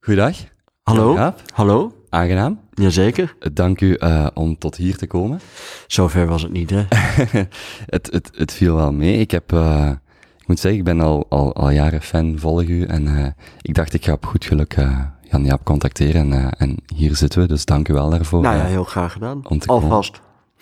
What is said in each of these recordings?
Goeiedag. Hallo? Jaap. Hallo? Aangenaam. Jazeker. Dank u om tot hier te komen. Zover was het niet, hè? Het viel wel mee. Ik moet zeggen, ik ben al jaren fan, volg u. En ik dacht, ik ga op goed geluk Jan-Jaap contacteren. En hier zitten we, dus dank u wel daarvoor. Nou ja, heel graag gedaan. Alvast.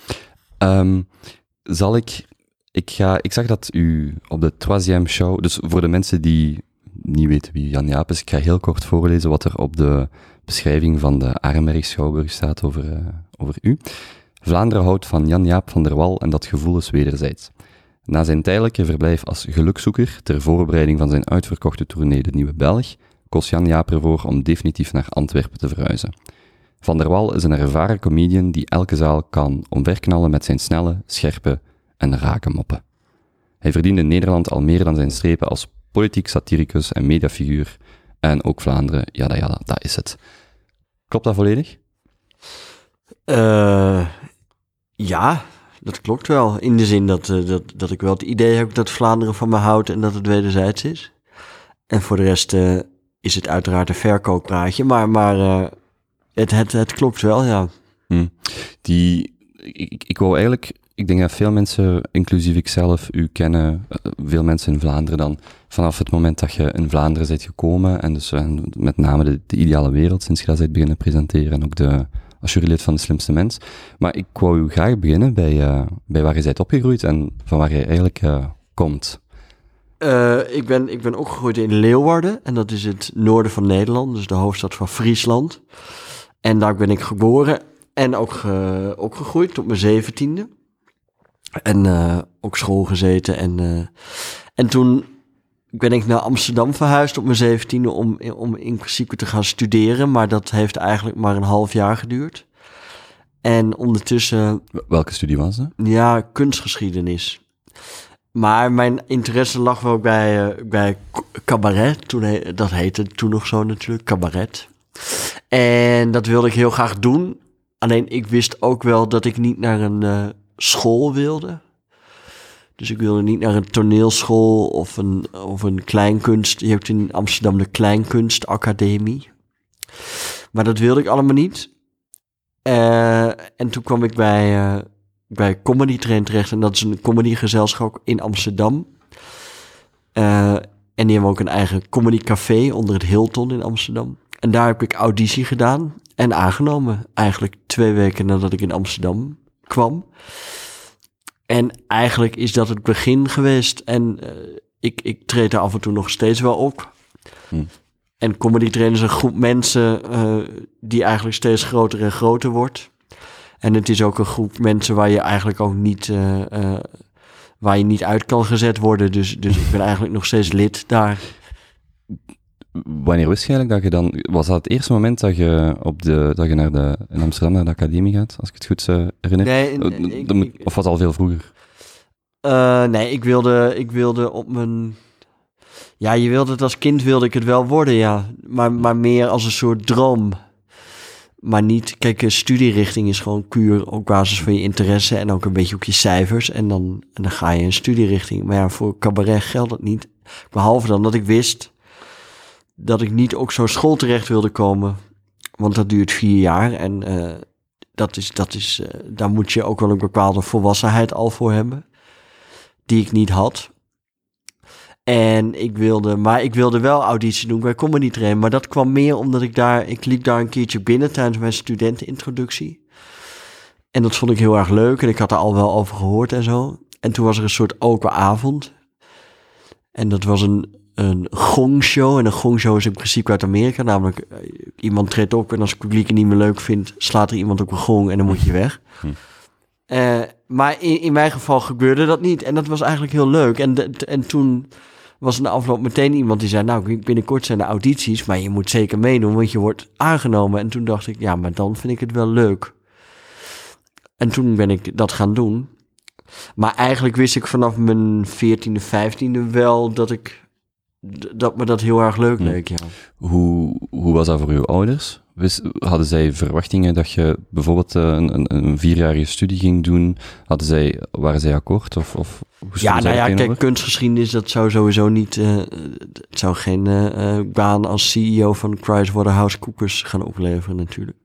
Ik zag dat u op de troisième show, dus voor de mensen die niet weten wie Jan-Jaap is, ik ga heel kort voorlezen wat er op de beschrijving van de Arenberg Schouwburg staat over u. Vlaanderen houdt van Jan-Jaap van der Wal en dat gevoel is wederzijds. Na zijn tijdelijke verblijf als gelukzoeker ter voorbereiding van zijn uitverkochte tournee De Nieuwe Belg, koos Jan-Jaap ervoor om definitief naar Antwerpen te verhuizen. Van der Wal is een ervaren comedian die elke zaal kan omverknallen met zijn snelle, scherpe en rake moppen. Hij verdiende in Nederland al meer dan zijn strepen als politiek satiricus en mediafiguur, en ook Vlaanderen, ja, dat is het. Klopt dat volledig? Ja, dat klopt wel. In de zin dat ik wel het idee heb dat Vlaanderen van me houdt en dat het wederzijds is. En voor de rest is het uiteraard een verkooppraatje, maar het klopt wel, ja. Ik wou eigenlijk... Ik denk dat veel mensen, inclusief ikzelf, u kennen, veel mensen in Vlaanderen dan, vanaf het moment dat je in Vlaanderen bent gekomen, en dus met name de ideale wereld, sinds je dat bent beginnen presenteren, en ook als jurylid van De Slimste Mens. Maar ik wou u graag beginnen bij waar je bent opgegroeid en van waar je eigenlijk komt. Ik ben opgegroeid in Leeuwarden, en dat is het noorden van Nederland, dus de hoofdstad van Friesland. En daar ben ik geboren en ook opgegroeid tot mijn 17e. En ook school gezeten. En toen ben ik naar Amsterdam verhuisd op mijn 17e om in principe te gaan studeren. Maar dat heeft eigenlijk maar een half jaar geduurd. En ondertussen... Welke studie was dat? Ja, kunstgeschiedenis. Maar mijn interesse lag wel bij cabaret. Dat heette toen nog zo natuurlijk, cabaret. En dat wilde ik heel graag doen. Alleen ik wist ook wel dat ik niet naar een... school wilde. Dus ik wilde niet naar een toneelschool of een kleinkunst. Je hebt in Amsterdam de Kleinkunstacademie. Maar dat wilde ik allemaal niet. En toen kwam ik bij Comedy Train terecht. En dat is een comedygezelschap in Amsterdam. En die hebben ook een eigen comedycafé onder het Hilton in Amsterdam. En daar heb ik auditie gedaan en aangenomen. Eigenlijk 2 weken nadat ik in Amsterdam kwam. En eigenlijk is dat het begin geweest. En ik treed er af en toe nog steeds wel op. En Comedy Train is een groep mensen die eigenlijk steeds groter en groter wordt. En het is ook een groep mensen waar je eigenlijk ook niet... waar je niet uit kan gezet worden. Dus ik ben eigenlijk nog steeds lid daar. Wanneer wist je eigenlijk dat je dan... Was dat het eerste moment dat je in Amsterdam naar de academie gaat, als ik het goed herinner? Nee, of was het al veel vroeger? Nee, ik wilde op mijn... Ja, als kind wilde ik het wel worden, ja. Maar meer als een soort droom. Maar niet... Kijk, een studierichting is gewoon puur op basis van je interesse en ook een beetje op je cijfers. En dan ga je een studierichting. Maar ja, voor cabaret geldt dat niet. Behalve dan dat ik wist... dat ik niet op zo'n school terecht wilde komen. Want dat duurt 4 jaar. En daar moet je ook wel een bepaalde volwassenheid al voor hebben. Die ik niet had. En ik wilde wel auditie doen bij Comedy Train. Maar dat kwam meer omdat ik liep daar een keertje binnen tijdens mijn studentenintroductie. En dat vond ik heel erg leuk. En ik had er al wel over gehoord en zo. En toen was er een soort open avond. En dat was een gongshow. En een gongshow is in principe uit Amerika. Namelijk, iemand treedt op en als het publiek het niet meer leuk vindt, slaat er iemand op een gong en dan moet je weg. Maar in mijn geval gebeurde dat niet. En dat was eigenlijk heel leuk. En toen was in de afloop meteen iemand die zei... nou, binnenkort zijn er audities, maar je moet zeker meedoen, want je wordt aangenomen. En toen dacht ik, ja, maar dan vind ik het wel leuk. En toen ben ik dat gaan doen. Maar eigenlijk wist ik vanaf mijn 14e, 15e wel dat me dat heel erg leuk leek, ja. Hoe was dat voor uw ouders? Hadden zij verwachtingen dat je bijvoorbeeld een 4-jarige studie ging doen? Waren zij akkoord? Of hoe Ja, nou ja, kijk, kunstgeschiedenis, dat zou sowieso niet... het zou geen baan als CEO van PricewaterhouseCoopers gaan opleveren natuurlijk.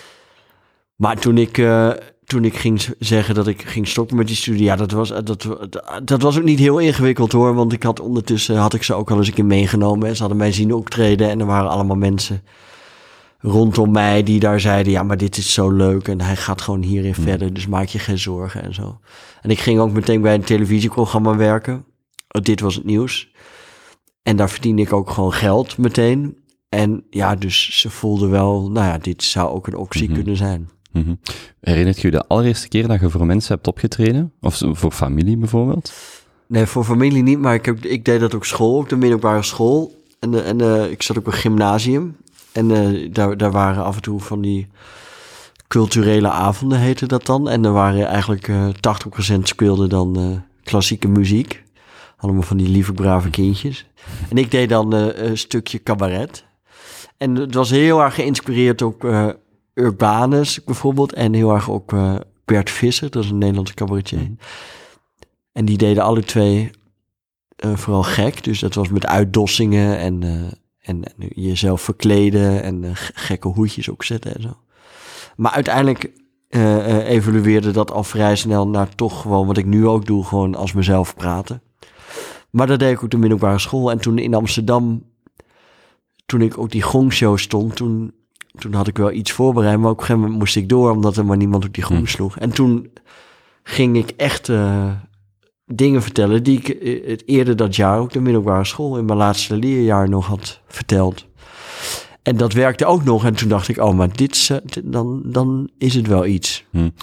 Maar toen ik ging zeggen dat ik ging stoppen met die studie... Ja, dat was ook niet heel ingewikkeld hoor. Want ondertussen had ik ze ook al eens een keer meegenomen. En ze hadden mij zien optreden. En er waren allemaal mensen rondom mij die daar zeiden... Ja, maar dit is zo leuk en hij gaat gewoon hierin verder. Dus maak je geen zorgen en zo. En ik ging ook meteen bij een televisieprogramma werken. Dit was het nieuws. En daar verdiende ik ook gewoon geld meteen. En ja, dus ze voelden wel... Nou ja, dit zou ook een optie kunnen zijn. Mm-hmm. Herinnert je de allereerste keer dat je voor mensen hebt opgetreden? Of voor familie bijvoorbeeld? Nee, voor familie niet, maar ik deed dat ook school, ook de middelbare school. En ik zat op een gymnasium. En daar waren af en toe van die culturele avonden, heette dat dan. En er waren eigenlijk 80% speelde dan klassieke muziek. Allemaal van die lieve, brave kindjes. En ik deed dan een stukje cabaret. En het was heel erg geïnspireerd op... Urbanus bijvoorbeeld en heel erg ook Bert Visser, dat is een Nederlandse cabaretier. En die deden alle twee vooral gek, dus dat was met uitdossingen en jezelf verkleden en gekke hoedjes opzetten en zo. Maar uiteindelijk evolueerde dat al vrij snel naar toch gewoon wat ik nu ook doe, gewoon als mezelf praten. Maar dat deed ik ook de middelbare school en toen in Amsterdam, toen ik ook die gongshow stond, toen had ik wel iets voorbereid, maar op een gegeven moment moest ik door, omdat er maar niemand op die gong sloeg. En toen ging ik echt dingen vertellen die ik het eerder dat jaar ook de middelbare school in mijn laatste leerjaar nog had verteld. En dat werkte ook nog. En toen dacht ik, oh, maar dan is het wel iets.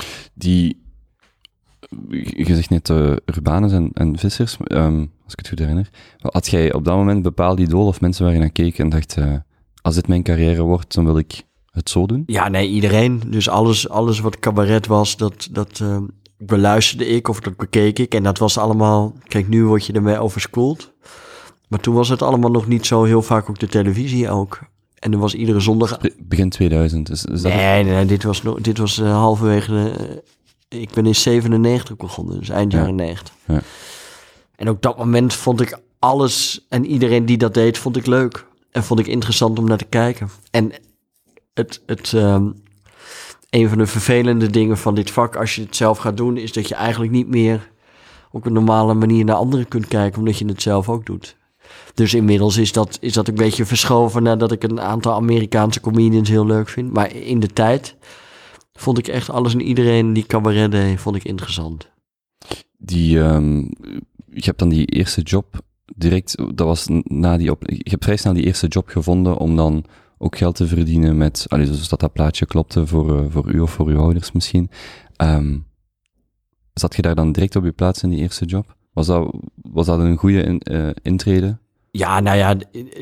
Je zegt net Urbanus en Vissers, als ik het goed herinner. Had jij op dat moment bepaalde idolen of mensen waar je naar keek en dacht... als dit mijn carrière wordt, dan wil ik het zo doen? Ja, nee, iedereen. Dus alles wat cabaret was, dat beluisterde ik of dat bekeek ik. En dat was allemaal... Kijk, nu word je ermee overspoeld. Maar toen was het allemaal nog niet zo heel vaak op de televisie ook. En er was iedere zondag... Begin 2000, is dat Nee, dit was halverwege... ik ben in 97 begonnen, dus eind jaren 90. Ja. En ook dat moment vond ik alles en iedereen die dat deed, vond ik leuk. En vond ik interessant om naar te kijken. En een van de vervelende dingen van dit vak, als je het zelf gaat doen, is dat je eigenlijk niet meer op een normale manier naar anderen kunt kijken, omdat je het zelf ook doet. Dus inmiddels is dat een beetje verschoven nadat ik een aantal Amerikaanse comedians heel leuk vind. Maar in de tijd vond ik echt alles en iedereen die cabaret deed, vond ik interessant. Je hebt dan die eerste job direct, dat was je hebt vrij snel die eerste job gevonden om dan ook geld te verdienen met, dus dat plaatje klopte voor u of voor uw ouders misschien. Zat je daar dan direct op je plaats in die eerste job? Was dat een goede intrede? Ja, nou ja,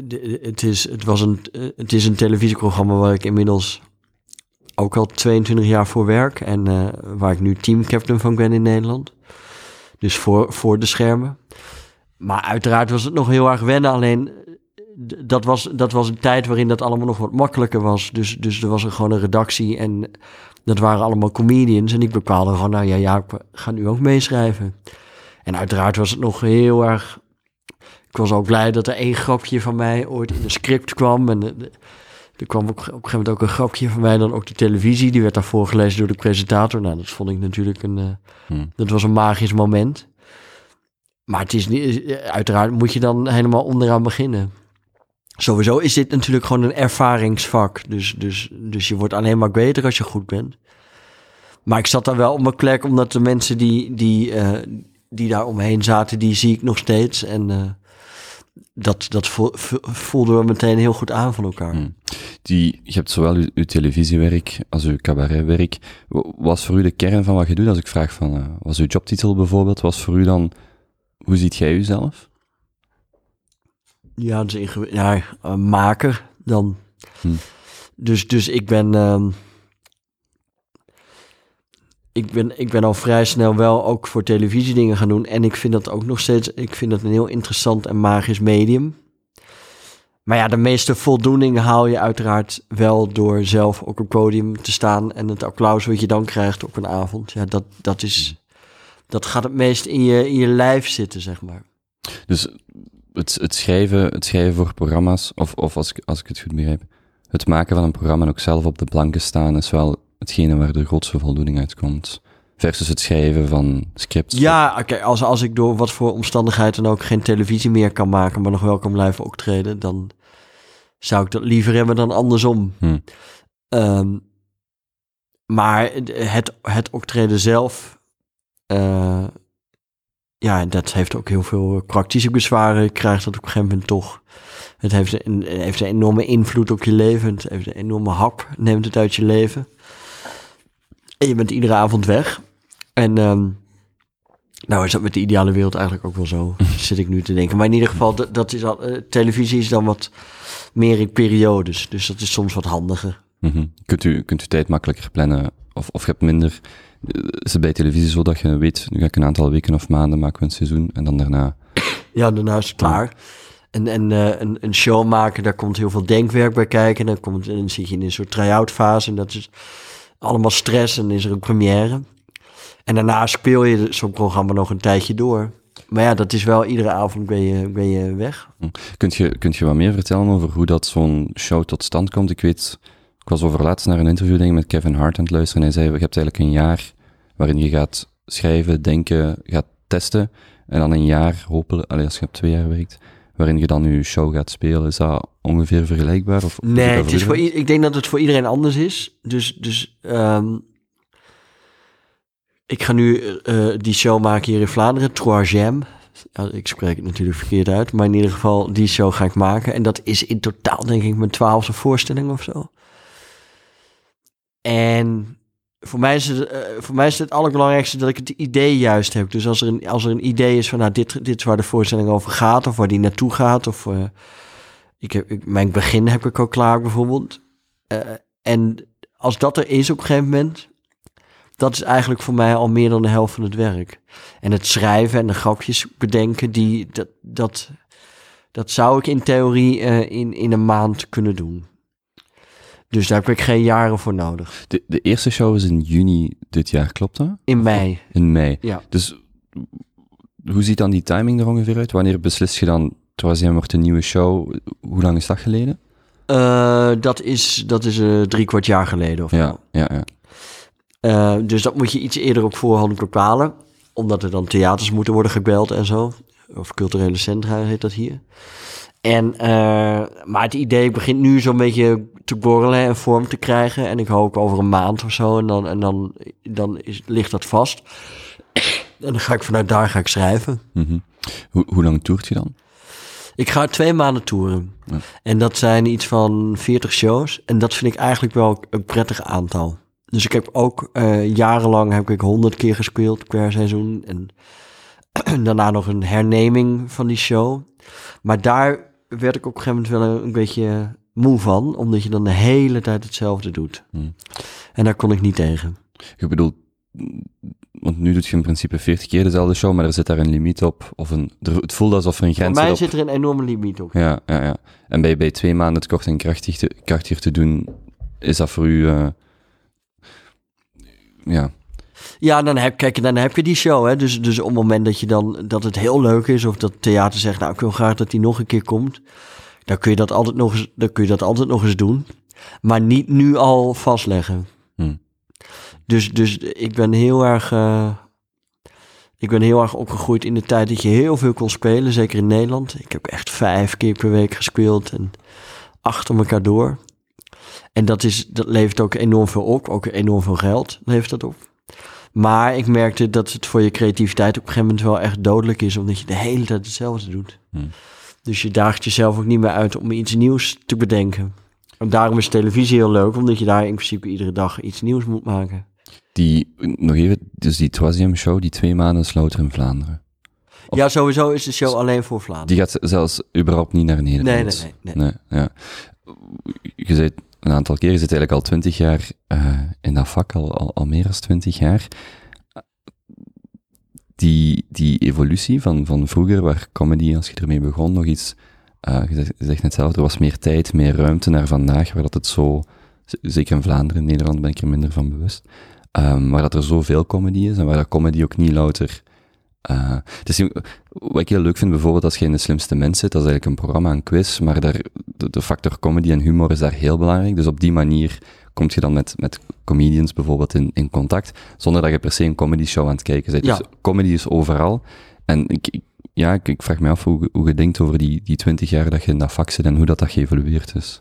het is een televisieprogramma waar ik inmiddels ook al 22 jaar voor werk en waar ik nu teamcaptain van ben in Nederland. Dus voor de schermen. Maar uiteraard was het nog heel erg wennen, alleen dat was een tijd waarin dat allemaal nog wat makkelijker was. Dus er was er gewoon een redactie en dat waren allemaal comedians. En ik bepaalde gewoon, nou ja, ik ga nu ook meeschrijven. En uiteraard was het nog heel erg... Ik was ook blij dat er 1 grapje van mij ooit in een script kwam. En er kwam op een gegeven moment ook een grapje van mij dan ook de televisie. Die werd daar voorgelezen door de presentator. Nou, dat vond ik natuurlijk dat was een magisch moment. Maar het is niet, uiteraard moet je dan helemaal onderaan beginnen. Sowieso is dit natuurlijk gewoon een ervaringsvak. Dus je wordt alleen maar beter als je goed bent. Maar ik zat daar wel op mijn plek, omdat de mensen die daar omheen zaten, die zie ik nog steeds. En dat voelden we meteen heel goed aan van elkaar. Je hebt zowel uw televisiewerk als uw cabaretwerk. Was voor u de kern van wat je doet? Als ik vraag van, was uw jobtitel bijvoorbeeld, was voor u dan, hoe ziet jij uzelf? Ja, dat is maker dan. Dus ik ben... Ik ben al vrij snel wel ook voor televisie dingen gaan doen. En ik vind dat ook nog steeds... Ik vind dat een heel interessant en magisch medium. Maar ja, de meeste voldoening haal je uiteraard wel door zelf op een podium te staan en het applaus wat je dan krijgt op een avond. Ja, dat gaat het meest in je lijf zitten, zeg maar. Dus het schrijven voor programma's, of als ik het goed begrijp, het maken van een programma en ook zelf op de planken staan, is wel hetgene waar de grootste voldoening uitkomt. Versus het schrijven van scripts. Ja, oké, als ik door wat voor omstandigheden dan ook geen televisie meer kan maken, maar nog wel kan blijven optreden, dan zou ik dat liever hebben dan andersom. Maar het optreden zelf, ja, dat heeft ook heel veel praktische bezwaren. Je krijgt dat op een gegeven moment toch. Het heeft een enorme invloed op je leven. Het heeft een enorme hap, neemt het uit je leven. En je bent iedere avond weg. En nou is dat met de ideale wereld eigenlijk ook wel zo, zit ik nu te denken. Maar in ieder geval, dat is televisie is dan wat meer in periodes. Dus dat is soms wat handiger. Mm-hmm. Kunt u tijd makkelijker plannen? Of je hebt minder... Is het bij televisie zo dat je weet, nu ga ik een aantal weken of maanden maken we een seizoen en dan daarna... Ja, daarna is het klaar. En een show maken, daar komt heel veel denkwerk bij kijken. Dan zit je in een soort try-out fase en dat is allemaal stress en is er een première. En daarna speel je zo'n programma nog een tijdje door. Maar ja, dat is wel iedere avond ben je weg. Kunt je wat meer vertellen over hoe dat zo'n show tot stand komt? Ik was overlaatst naar een interview denk ik, met Kevin Hart aan het luisteren. En hij zei, je hebt eigenlijk een jaar waarin je gaat schrijven, denken, gaat testen. En dan een jaar, hopelijk, als je op 2 jaar werkt, waarin je dan je show gaat spelen. Is dat ongeveer vergelijkbaar? Of nee, het is ik denk dat het voor iedereen anders is. Dus ik ga nu die show maken hier in Vlaanderen, Troisième. Ja, ik spreek het natuurlijk verkeerd uit, maar in ieder geval, die show ga ik maken. En dat is in totaal, denk ik, mijn 12e voorstelling of zo. En voor mij is het allerbelangrijkste dat ik het idee juist heb. Dus als er een idee is van, nou, dit is waar de voorstelling over gaat, of waar die naartoe gaat, of mijn begin heb ik al klaar bijvoorbeeld. En als dat er is op een gegeven moment, dat is eigenlijk voor mij al meer dan de helft van het werk. En het schrijven en de grapjes bedenken, dat zou ik in theorie in een maand kunnen doen. Dus daar heb ik geen jaren voor nodig. De eerste show is in juni dit jaar, klopt dat? In mei. In mei. Ja. Dus hoe ziet dan die timing er ongeveer uit? Wanneer beslis je dan, Troisième wordt een nieuwe show? Hoe lang is dat geleden? Dat is 3/4 jaar geleden of zo. Ja. Dus dat moet je iets eerder op voorhand bepalen. Omdat er dan theaters moeten worden gebeld en zo. Of culturele centra heet dat hier. Maar het idee begint nu zo'n beetje te borrelen en vorm te krijgen. En ik hoop over een maand of zo. En dan ligt dat vast. En dan ga ik vanuit daar schrijven. Mm-hmm. Hoe lang toert je dan? Ik ga 2 maanden toeren. Ja. En dat zijn iets van 40 shows. En dat vind ik eigenlijk wel een prettig aantal. Dus ik heb ook jarenlang heb ik 100 keer gespeeld per seizoen. En daarna nog een herneming van die show. Maar daar werd ik op een gegeven moment wel een beetje moe van. Omdat je dan de hele tijd hetzelfde doet. En daar kon ik niet tegen. Je bedoelt, want nu doet je in principe 40 keer dezelfde show, maar er zit daar een limiet op. Het voelt alsof er een grens zit. Voor mij zit zit er een enorme limiet op. Ja. En bij 2 maanden het kort en krachtiger te doen, is dat voor u... Ja, dan heb je die show, hè. Dus op het moment dat het heel leuk is, of dat het theater zegt, nou, ik wil graag dat die nog een keer komt, dan kun je dat altijd nog eens doen. Maar niet nu al vastleggen. Dus ik ben heel erg opgegroeid in de tijd dat je heel veel kon spelen, zeker in Nederland. Ik heb echt 5 keer per week gespeeld en achter elkaar door. En dat levert ook enorm veel op, ook enorm veel geld levert dat op. Maar ik merkte dat het voor je creativiteit op een gegeven moment wel echt dodelijk is, omdat je de hele tijd hetzelfde doet. Dus je daagt jezelf ook niet meer uit om iets nieuws te bedenken. En daarom is televisie heel leuk, omdat je daar in principe iedere dag iets nieuws moet maken. Dus die Troisième show, die 2 maanden is louter in Vlaanderen? Ja, sowieso is de show alleen voor Vlaanderen. Die gaat zelfs überhaupt niet naar Nederland? Nee. Ja. Je zei een aantal keer, je zit eigenlijk al 20 jaar in dat vak, al meer dan 20 jaar. Die evolutie van vroeger, waar comedy, als je ermee begon, nog iets Je zegt net zelf, er was meer tijd, meer ruimte naar vandaag, waar dat het zo, zeker in Vlaanderen, in Nederland ben ik er minder van bewust, waar dat er zoveel comedy is en waar dat comedy ook niet louter... wat ik heel leuk vind bijvoorbeeld als je in De Slimste Mens zit, dat is eigenlijk een programma, een quiz, maar de factor comedy en humor is daar heel belangrijk. Dus op die manier kom je dan met comedians bijvoorbeeld in contact, zonder dat je per se een comedy show aan het kijken bent. Ja. Dus comedy is overal. En ik vraag me af hoe je denkt over die 20 jaar dat je in dat vak zit en hoe dat geëvolueerd is.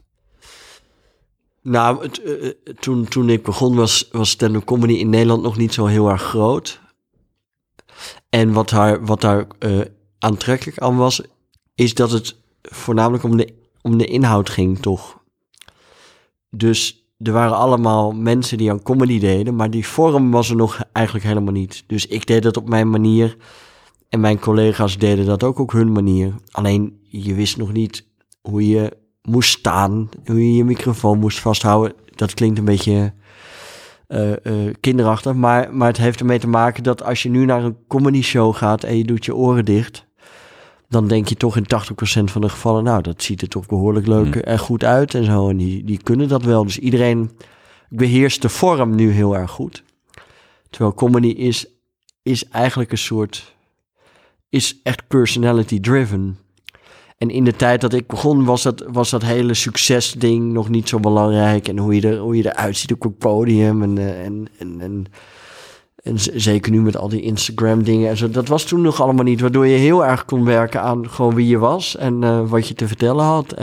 Nou, toen ik begon was stand-up comedy in Nederland nog niet zo heel erg groot. En wat daar aantrekkelijk aan was, is dat het voornamelijk om de inhoud ging, toch? Dus er waren allemaal mensen die aan comedy deden, maar die vorm was er nog eigenlijk helemaal niet. Dus ik deed dat op mijn manier en mijn collega's deden dat ook op hun manier. Alleen, je wist nog niet hoe je moest staan, hoe je microfoon moest vasthouden. Dat klinkt een beetje... kinderachtig, maar het heeft ermee te maken dat als je nu naar een comedy show gaat en je doet je oren dicht, dan denk je toch in 80% van de gevallen, nou, dat ziet er toch behoorlijk leuk en goed uit en zo. En die kunnen dat wel. Dus iedereen beheerst de vorm nu heel erg goed. Terwijl comedy is eigenlijk een soort, is echt personality driven. En in de tijd dat ik begon was dat hele succesding nog niet zo belangrijk. En hoe je eruit ziet op het podium. En zeker nu met al die Instagram dingen en zo. Dat was toen nog allemaal niet. Waardoor je heel erg kon werken aan gewoon wie je was. En wat je te vertellen had.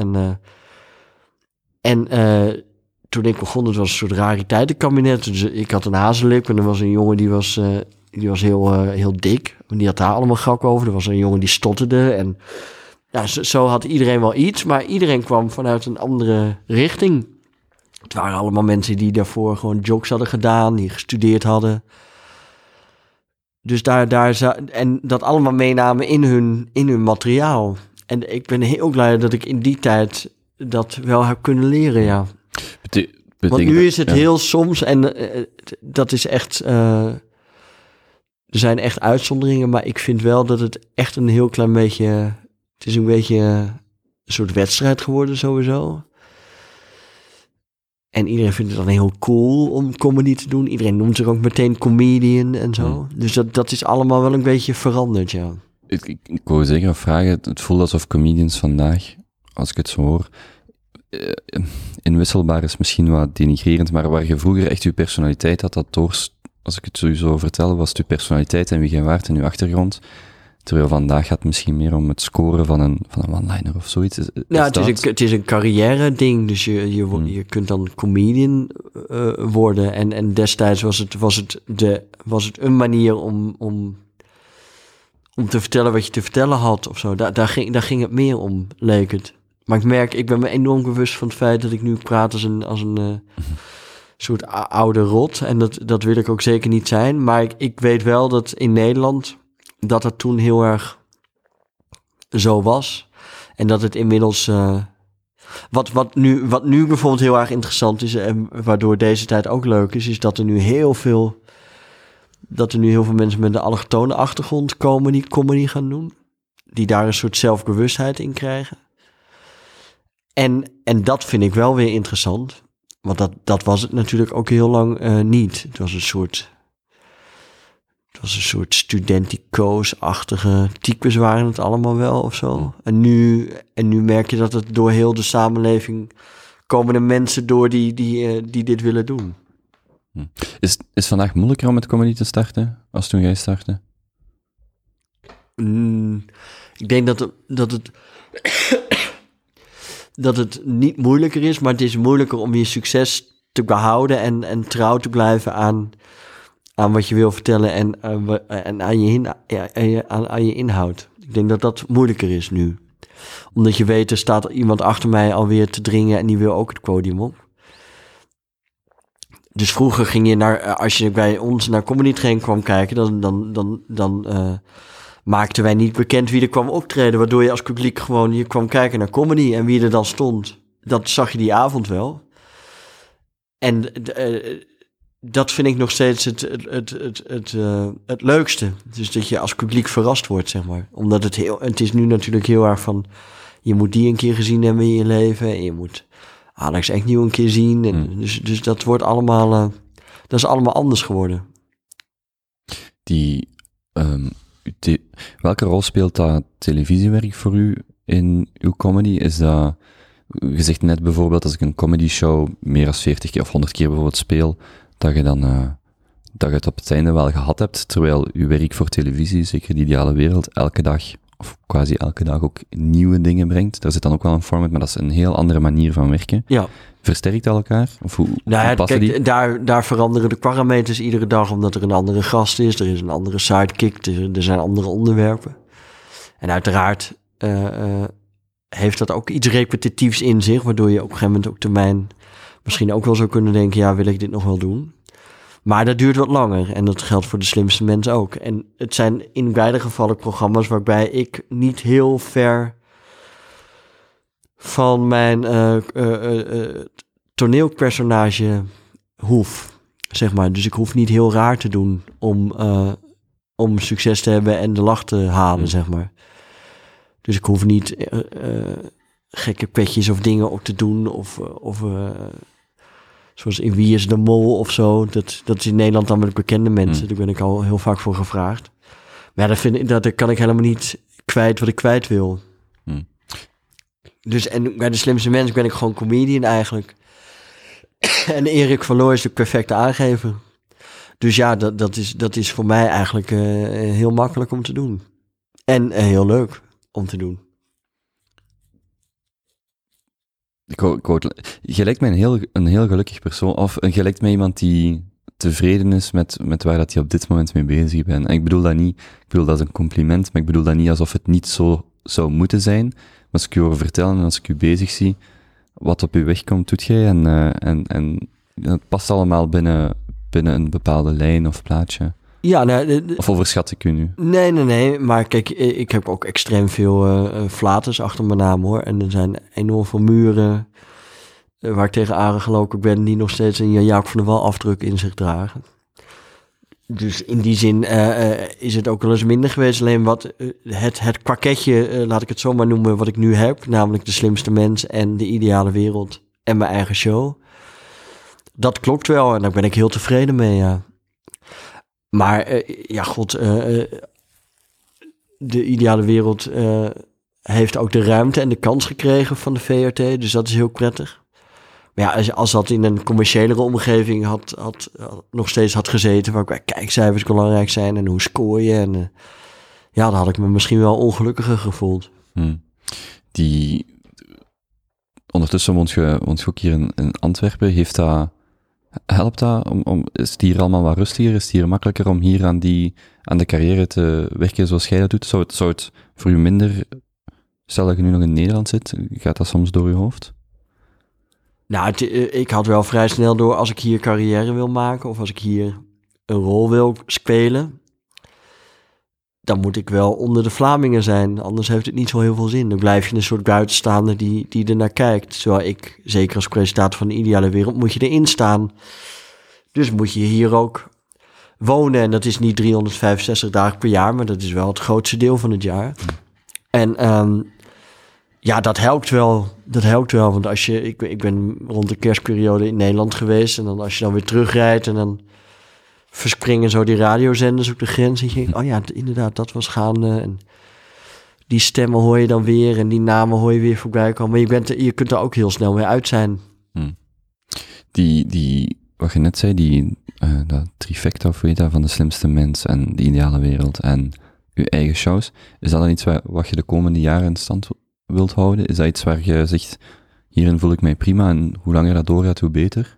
En toen ik begon, het was een soort rariteitenkabinet. Dus ik had een hazellip en er was een jongen die was heel dik. Die had daar allemaal grap over. Er was een jongen die stotterde en... Ja, zo had iedereen wel iets, maar iedereen kwam vanuit een andere richting. Het waren allemaal mensen die daarvoor gewoon jokes hadden gedaan, die gestudeerd hadden. Dus en dat allemaal meenamen in hun materiaal. En ik ben heel blij dat ik in die tijd dat wel heb kunnen leren, ja. Want nu is het heel soms, en dat is echt... er zijn echt uitzonderingen, maar ik vind wel dat het echt een heel klein beetje... Het is een beetje een soort wedstrijd geworden sowieso. En iedereen vindt het dan heel cool om comedy te doen. Iedereen noemt zich ook meteen comedian en zo. Dus dat is allemaal wel een beetje veranderd, ja. Ik wou zeker vragen, het voelt alsof comedians vandaag, als ik het zo hoor, inwisselbaar is misschien wat denigrerend, maar waar je vroeger echt je personaliteit had, als ik het zo vertel, was het je personaliteit en wie je waart en je achtergrond. Terwijl vandaag gaat het misschien meer om het scoren van een one-liner of zoiets. Het is een carrière ding, dus je kunt dan comedian worden. En destijds was het een manier om te vertellen wat je te vertellen had of zo. Daar ging het meer om, leek het. Maar ik ben me enorm bewust van het feit dat ik nu praat als een soort oude rot. En dat wil ik ook zeker niet zijn. Maar ik weet wel dat in Nederland... dat het toen heel erg zo was. En dat het inmiddels... Wat nu bijvoorbeeld heel erg interessant is... en waardoor deze tijd ook leuk is dat er nu heel veel mensen met een allochtone achtergrond komen... die comedy gaan doen. Die daar een soort zelfbewustheid in krijgen. En dat vind ik wel weer interessant. Want dat was het natuurlijk ook heel lang niet. Het was een soort studenticoos-achtige types waren het allemaal wel of zo. En nu merk je dat het door heel de samenleving komen er mensen door die dit willen doen. Is het vandaag moeilijker om met comedy te starten als toen jij startte? Ik denk dat het niet moeilijker is, maar het is moeilijker om je succes te behouden en trouw te blijven aan wat je wil vertellen en aan je inhoud. Ik denk dat dat moeilijker is nu. Omdat je weet, er staat iemand achter mij alweer te dringen en die wil ook het podium op. Dus vroeger ging je als je bij ons naar Comedy Train kwam kijken, dan maakten wij niet bekend wie er kwam optreden, waardoor je als publiek gewoon je kwam kijken naar comedy en wie er dan stond. Dat zag je die avond wel. En dat vind ik nog steeds het leukste. Dus dat je als publiek verrast wordt, zeg maar. Omdat het is nu natuurlijk heel erg van... je moet die een keer gezien hebben in je leven. En je moet Alex Agnew een keer zien. En dus dat wordt allemaal, dat is allemaal anders geworden. Welke rol speelt dat televisiewerk voor u in uw comedy? Is dat, je zegt net bijvoorbeeld, als ik een comedy show meer dan 40 keer of 100 keer bijvoorbeeld speel, dat je dan, dat je het op het einde wel gehad hebt, terwijl uw werk voor televisie, zeker de ideale wereld, elke dag, of quasi elke dag ook nieuwe dingen brengt. Daar zit dan ook wel een format, maar dat is een heel andere manier van werken. Ja. Versterkt dat elkaar? Of hoe passen kijk, die? daar veranderen de parameters iedere dag, omdat er een andere gast is, er is een andere sidekick, er zijn andere onderwerpen. En uiteraard heeft dat ook iets repetitiefs in zich, waardoor je op een gegeven moment ook termijn misschien ook wel zou kunnen denken, ja, wil ik dit nog wel doen? Maar dat duurt wat langer en dat geldt voor de slimste mensen ook. En het zijn in beide gevallen programma's waarbij ik niet heel ver van mijn toneelpersonage hoef, zeg maar. Dus ik hoef niet heel raar te doen om succes te hebben en de lach te halen, zeg maar. Dus ik hoef niet gekke petjes of dingen ook te doen of zoals in Wie is de Mol of zo. Dat is in Nederland dan met bekende mensen. Daar ben ik al heel vaak voor gevraagd. Maar ja, dat kan ik helemaal niet kwijt wat ik kwijt wil. Dus en bij de slimste mensen ben ik gewoon comedian eigenlijk. En Erik van Looy is de perfecte aangever. Dus ja, dat is voor mij eigenlijk heel makkelijk om te doen. En heel leuk om te doen. Je lijkt mij een heel gelukkig persoon, of je lijkt mij iemand die tevreden is met waar dat hij op dit moment mee bezig bent. En ik bedoel dat niet, dat is een compliment, maar ik bedoel dat niet alsof het niet zo zou moeten zijn. Maar als ik u hoor vertellen en als ik u bezig zie, wat op uw weg komt, doet jij, en het past allemaal binnen een bepaalde lijn of plaatje. Ja, of overschat ik u nu? Nee. Maar kijk, ik heb ook extreem veel flaters achter mijn naam, hoor. En er zijn enorm veel muren waar ik tegen aangelopen ben, die nog steeds een Jaak van der Wal afdruk in zich dragen. Dus in die zin is het ook wel eens minder geweest. Alleen wat het pakketje, laat ik het zo maar noemen, wat ik nu heb, namelijk de slimste mens en de ideale wereld en mijn eigen show. Dat klopt wel en daar ben ik heel tevreden mee, ja. Maar de ideale wereld heeft ook de ruimte en de kans gekregen van de VRT. Dus dat is heel prettig. Maar ja, als dat in een commerciëlere omgeving nog steeds had gezeten, waarbij kijkcijfers belangrijk zijn en hoe scoor je. En dan had ik me misschien wel ongelukkiger gevoeld. Ondertussen woont je ook hier in Antwerpen. Helpt dat? Is het hier allemaal wat rustiger? Is het hier makkelijker om hier aan de carrière te werken zoals jij dat doet? Zou het voor u minder, stel dat je nu nog in Nederland zit, gaat dat soms door je hoofd? Nou, ik had wel vrij snel door, als ik hier carrière wil maken of als ik hier een rol wil spelen, dan moet ik wel onder de Vlamingen zijn. Anders heeft het niet zo heel veel zin. Dan blijf je een soort buitenstaander die er naar kijkt. Terwijl ik, zeker als presentator van de ideale wereld, moet je erin staan. Dus moet je hier ook wonen. En dat is niet 365 dagen per jaar, maar dat is wel het grootste deel van het jaar. En dat helpt wel. Dat helpt wel, want ik ben rond de kerstperiode in Nederland geweest. En dan als je dan weer terugrijdt en dan verspringen zo die radiozenders op de grens. En je denkt, oh ja, inderdaad, dat was gaande. En die stemmen hoor je dan weer en die namen hoor je weer voorbij komen. Maar je kunt er ook heel snel mee uit zijn. Wat je net zei, dat trifecta of weet dat, van de slimste mens en de ideale wereld en uw eigen shows, is dat dan iets wat je de komende jaren in stand wilt houden? Is dat iets waar je zegt, hierin voel ik mij prima en hoe langer dat doorgaat, hoe beter?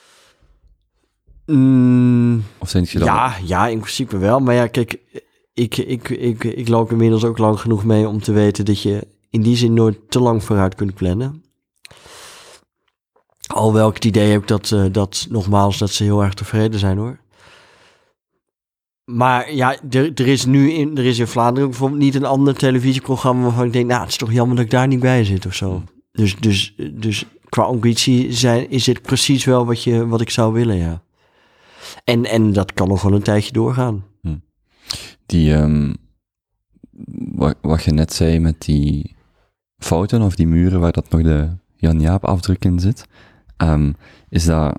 Of zijn het ja, in principe wel. Maar ja, kijk, ik loop inmiddels ook lang genoeg mee om te weten dat je in die zin nooit te lang vooruit kunt plannen. Alhoewel ik het idee heb dat ze heel erg tevreden zijn, hoor. Maar ja, er is in Vlaanderen bijvoorbeeld niet een ander televisieprogramma waarvan ik denk, nou, het is toch jammer dat ik daar niet bij zit of zo. Dus qua ambitie is dit precies wel wat ik zou willen, ja. En dat kan nog wel een tijdje doorgaan. Wat je net zei met fouten of die muren waar dat nog de Jan-Jaap afdruk in zit, is dat...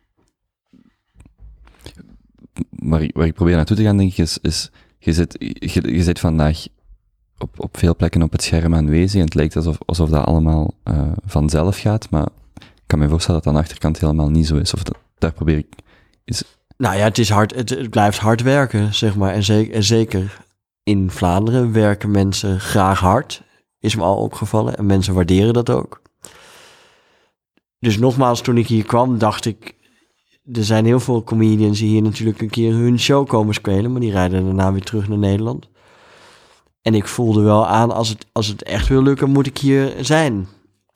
Waar ik probeer naartoe te gaan, denk ik, is je zit vandaag op veel plekken op het scherm aanwezig en het lijkt alsof dat allemaal vanzelf gaat, maar ik kan me voorstellen dat aan de achterkant helemaal niet zo is. Of daar probeer ik... Nou ja, het is hard, het blijft hard werken, zeg maar. En zeker in Vlaanderen werken mensen graag hard, is me al opgevallen. En mensen waarderen dat ook. Dus nogmaals, toen ik hier kwam, dacht ik... Er zijn heel veel comedians die hier natuurlijk een keer hun show komen spelen, maar die rijden daarna weer terug naar Nederland. En ik voelde wel aan, als het echt wil lukken, moet ik hier zijn.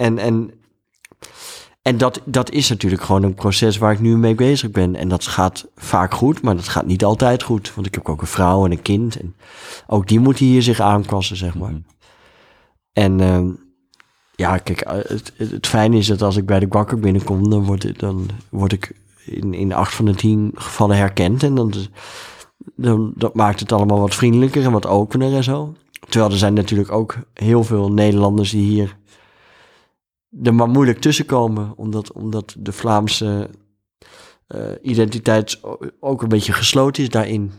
En dat is natuurlijk gewoon een proces waar ik nu mee bezig ben. En dat gaat vaak goed, maar dat gaat niet altijd goed. Want ik heb ook een vrouw en een kind. En ook die moeten hier zich aanpassen, zeg maar. Mm-hmm. En ja, kijk, het fijne is dat als ik bij de bakker binnenkom, dan word ik in 8 van de 10 gevallen herkend. En dat maakt het allemaal wat vriendelijker en wat opener en zo. Terwijl er zijn natuurlijk ook heel veel Nederlanders die hier er maar moeilijk tussenkomen, omdat de Vlaamse identiteit ook een beetje gesloten is daarin.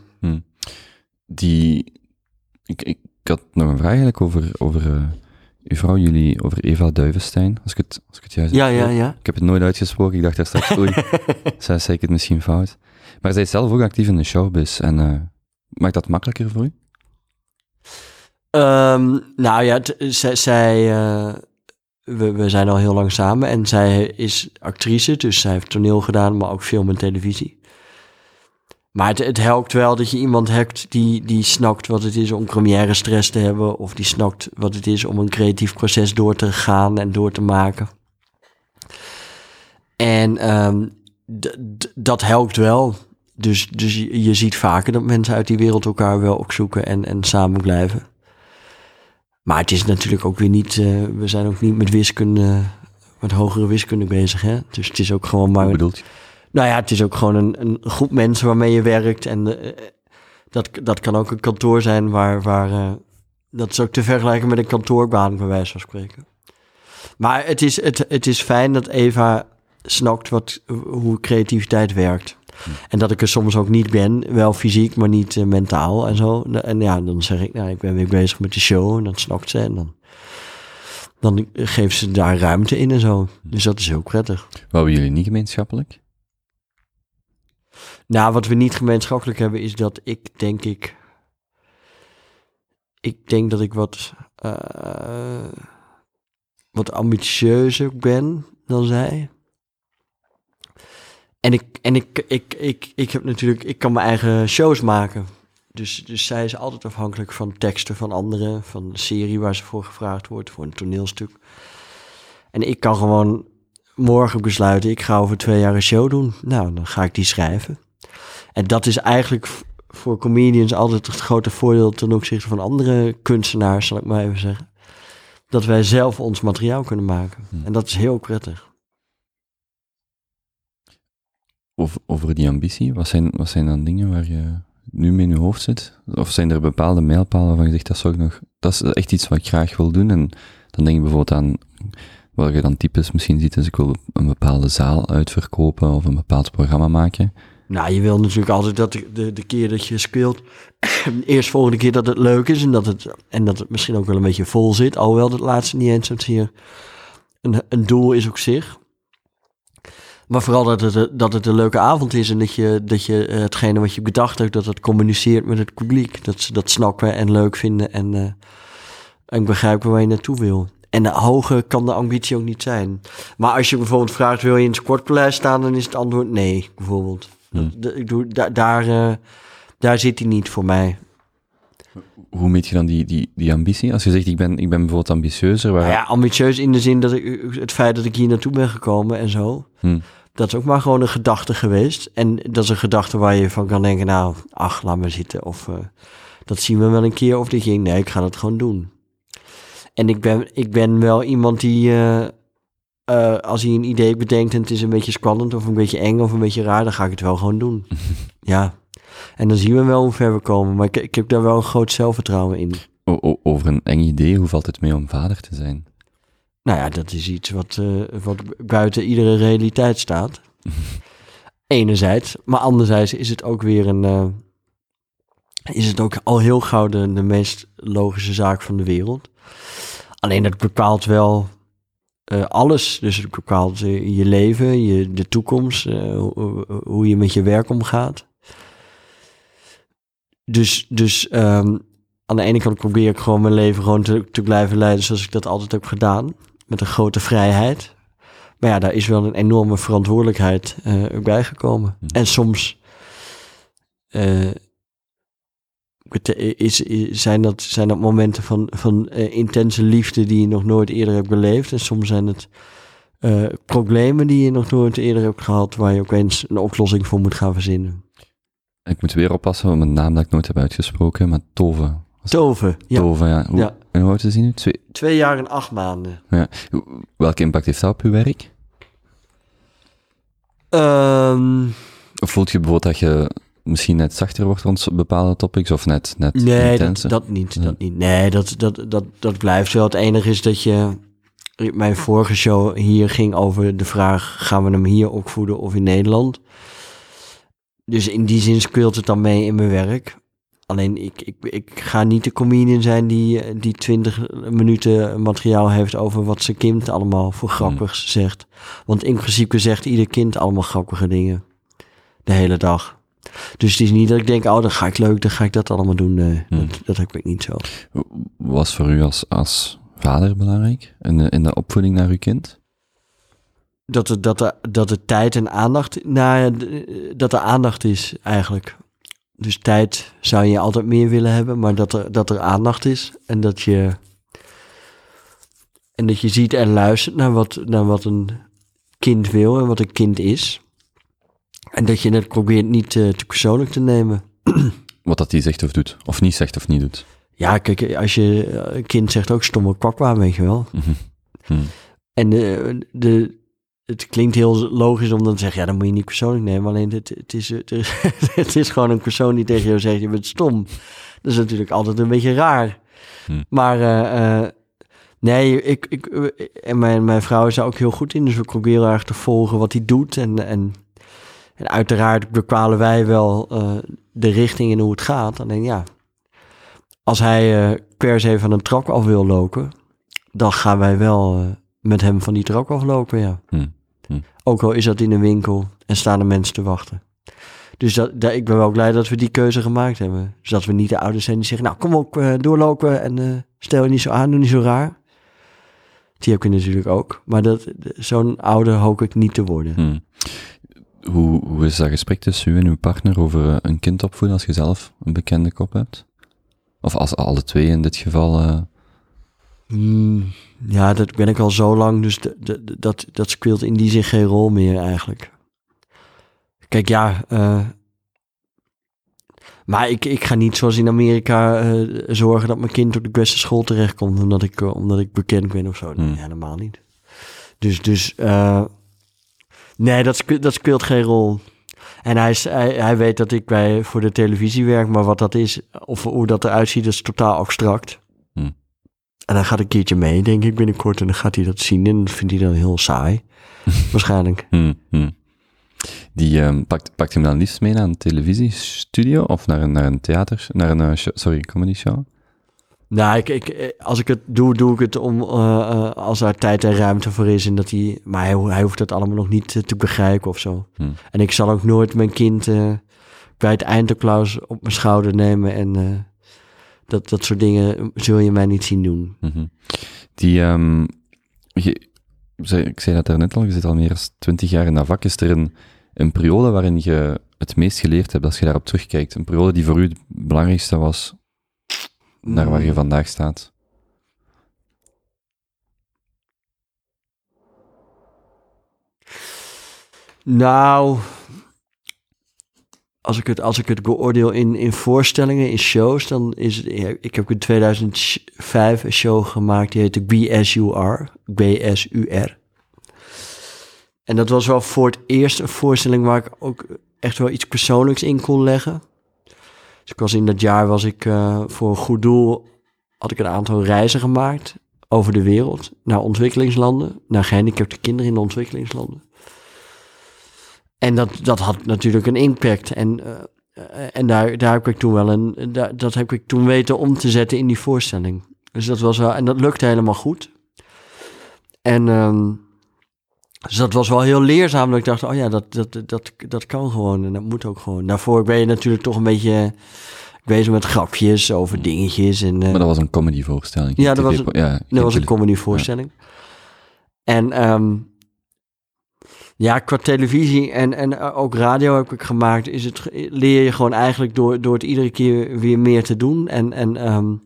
Ik had nog een vraag eigenlijk over uw vrouw, over Eva Duivenstein, als ik het juist Ja. Ik heb het nooit uitgesproken, ik dacht daar straks, oei, zei ik het misschien fout. Maar zij is zelf ook actief in de showbiz en maakt dat makkelijker voor u? Nou ja, we zijn al heel lang samen en zij is actrice, dus zij heeft toneel gedaan, maar ook film en televisie. Maar het helpt wel dat je iemand hebt die snakt wat het is om première stress te hebben, of die snakt wat het is om een creatief proces door te gaan en door te maken. En dat helpt wel. Dus je ziet vaker dat mensen uit die wereld elkaar wel opzoeken en samen blijven. Maar het is natuurlijk ook weer niet... we zijn ook niet met wiskunde, met hogere wiskunde bezig, hè. Dus het is ook gewoon maar... Hoe bedoelt je? Nou ja, het is ook gewoon een groep mensen waarmee je werkt. En dat kan ook een kantoor zijn waar dat is ook te vergelijken met een kantoorbaan, bij wijze van spreken. Maar het is fijn dat Eva snakt hoe creativiteit werkt. En dat ik er soms ook niet ben, wel fysiek, maar niet mentaal en zo. En ja, dan zeg ik, nou, ik ben weer bezig met de show en dan snakt ze en dan geeft ze daar ruimte in en zo. Dus dat is heel prettig. Wat hebben jullie niet gemeenschappelijk? Nou, wat we niet gemeenschappelijk hebben is dat ik denk dat ik wat ambitieuzer ben dan zij. En ik heb natuurlijk, ik kan mijn eigen shows maken. Dus zij is altijd afhankelijk van teksten van anderen, van de serie waar ze voor gevraagd wordt, voor een toneelstuk. En ik kan gewoon morgen besluiten, ik ga over 2 jaar een show doen. Nou, dan ga ik die schrijven. En dat is eigenlijk voor comedians altijd het grote voordeel ten opzichte van andere kunstenaars, zal ik maar even zeggen. Dat wij zelf ons materiaal kunnen maken. En dat is heel prettig. Over die ambitie, wat zijn dan dingen waar je nu mee in je hoofd zit? Of zijn er bepaalde mijlpalen waarvan je zegt, dat is echt iets wat ik graag wil doen? En dan denk je bijvoorbeeld aan, waar je dan typisch misschien ziet, is ik wil een bepaalde zaal uitverkopen of een bepaald programma maken. Nou, je wil natuurlijk altijd dat de keer dat je speelt, eerst volgende keer dat het leuk is en dat het misschien ook wel een beetje vol zit. Alhoewel dat laatste niet eens zozeer een doel is op zich. Maar vooral dat het een leuke avond is en dat je hetgene wat je bedacht hebt, dat het communiceert met het publiek. Dat ze dat snappen en leuk vinden en begrijpen waar je naartoe wil. En hoger kan de ambitie ook niet zijn. Maar als je bijvoorbeeld vraagt, wil je in het Sportpaleis staan, dan is het antwoord nee, bijvoorbeeld. Daar zit hij niet voor mij. Hoe meet je dan die ambitie? Als je zegt, ik ben bijvoorbeeld ambitieuzer. Nou ja, ambitieus in de zin dat het feit dat ik hier naartoe ben gekomen en zo. Dat is ook maar gewoon een gedachte geweest. En dat is een gedachte waar je van kan denken, nou, ach, laat maar zitten. Of dat zien we wel een keer. Of dat je denkt, nee, ik ga dat gewoon doen. En ik ben wel iemand die, als hij een idee bedenkt en het is een beetje spannend of een beetje eng of een beetje raar, dan ga ik het wel gewoon doen. Ja. En dan zien we wel hoe ver we komen. Maar ik heb daar wel een groot zelfvertrouwen in. Over een eng idee, hoe valt het mee om vader te zijn? Nou ja, dat is iets wat buiten iedere realiteit staat. Enerzijds. Maar anderzijds is het ook weer is het ook al heel gauw de meest logische zaak van de wereld. Alleen dat bepaalt wel alles. Dus het bepaalt je leven, de toekomst, hoe je met je werk omgaat. Dus aan de ene kant probeer ik gewoon mijn leven gewoon te blijven leiden zoals ik dat altijd heb gedaan. Met een grote vrijheid. Maar ja, daar is wel een enorme verantwoordelijkheid bij gekomen. En soms zijn dat momenten van intense liefde die je nog nooit eerder hebt beleefd. En soms zijn het problemen die je nog nooit eerder hebt gehad, waar je opeens een oplossing voor moet gaan verzinnen. Ik moet weer oppassen met een naam dat ik nooit heb uitgesproken, maar Tove. Tove, ja. Tove, ja. En hoe oud is die nu? 2 jaar en 8 maanden. Ja. Welke impact heeft dat op uw werk? Of voelt je bijvoorbeeld dat je misschien net zachter wordt rond bepaalde topics, of net nee, intenser? dat niet. Nee, dat blijft wel. Het enige is dat mijn vorige show hier ging over de vraag, gaan we hem hier opvoeden of in Nederland? Dus in die zin speelt het dan mee in mijn werk. Alleen ik ga niet de comedian zijn die 20 minuten materiaal heeft over wat zijn kind allemaal voor grappigs zegt. Want in principe zegt ieder kind allemaal grappige dingen. De hele dag. Dus het is niet dat ik denk, dan ga ik leuk, dan ga ik dat allemaal doen. Nee, dat heb ik niet zo. Was voor u als vader belangrijk in de opvoeding naar uw kind? Dat er tijd en aandacht, dat er aandacht is eigenlijk. Dus tijd zou je altijd meer willen hebben, maar dat er aandacht is. En dat je ziet en luistert naar wat een kind wil en wat een kind is. En dat je het probeert niet te persoonlijk te nemen. Wat dat hij zegt of doet, of niet zegt of niet doet. Ja, kijk, als een kind zegt ook stomme kwakwa, weet je wel. En het klinkt heel logisch om dan te zeggen, ja, dan moet je niet persoonlijk nemen. Alleen het is gewoon een persoon die tegen jou zegt, je bent stom. Dat is natuurlijk altijd een beetje raar. Maar nee, en mijn vrouw is daar ook heel goed in. Dus we proberen erg te volgen wat hij doet. En uiteraard bepalen wij wel de richting en hoe het gaat. Alleen ja, als hij per se van een trap af wil lopen, dan gaan wij wel met hem van die trap aflopen, ja. Ook al is dat in een winkel en staan er mensen te wachten. Dus ik ben wel blij dat we die keuze gemaakt hebben. Dus dat we niet de ouders zijn die zeggen, nou kom op, doorlopen en stel je niet zo aan, doe niet zo raar. Die heb ik natuurlijk ook. Maar zo'n ouder hoop ik niet te worden. Hoe is dat gesprek tussen u en uw partner over een kind opvoeden als je zelf een bekende kop hebt? Of als alle twee in dit geval... Ja, dat ben ik al zo lang, dus dat speelt in die zin geen rol meer eigenlijk. Kijk, ja, maar ik ga niet zoals in Amerika zorgen dat mijn kind op de beste school terechtkomt, omdat ik bekend ben of zo. Nee, helemaal niet. Dus nee, dat speelt geen rol. En hij weet dat ik voor de televisie werk, maar wat dat is, of hoe dat eruit ziet, is totaal abstract. En hij gaat een keertje mee, denk ik, binnenkort. En dan gaat hij dat zien en dat vindt hij dan heel saai. Waarschijnlijk. Die pakt hem dan liefst mee naar een televisiestudio of naar een theater, naar een comedy show? Nou, als ik het doe ik het om als er tijd en ruimte voor is. Maar hij hoeft dat allemaal nog niet te begrijpen of zo. En ik zal ook nooit mijn kind bij het eindapplaus op mijn schouder nemen en... Dat soort dingen zul je mij niet zien doen. Ik zei dat daarnet al, je zit al meer dan 20 jaar in dat vak. Is er een periode waarin je het meest geleerd hebt, als je daarop terugkijkt? Een periode die voor u het belangrijkste was, naar waar je vandaag staat? Nou... Als ik het beoordeel in voorstellingen, in shows, dan is het... Ik heb in 2005 een show gemaakt, die heette BSUR. BSUR. En dat was wel voor het eerst een voorstelling waar ik ook echt wel iets persoonlijks in kon leggen. Dus in dat jaar voor een goed doel, had ik een aantal reizen gemaakt. over de wereld, naar ontwikkelingslanden, naar gehandicapte kinderen in de ontwikkelingslanden. En dat had natuurlijk een impact. En daar heb ik toen dat heb ik toen weten om te zetten in die voorstelling. Dus dat was wel, en dat lukte helemaal goed. En dus dat was wel heel leerzaam. Dat ik dacht, oh ja, dat kan gewoon en dat moet ook gewoon. Daarvoor ben je natuurlijk toch een beetje bezig met grapjes over dingetjes. En, maar dat was een comedyvoorstelling. Ja, dat was een comedyvoorstelling. Ja. En qua televisie en ook radio heb ik gemaakt, leer je gewoon eigenlijk door het iedere keer weer meer te doen. En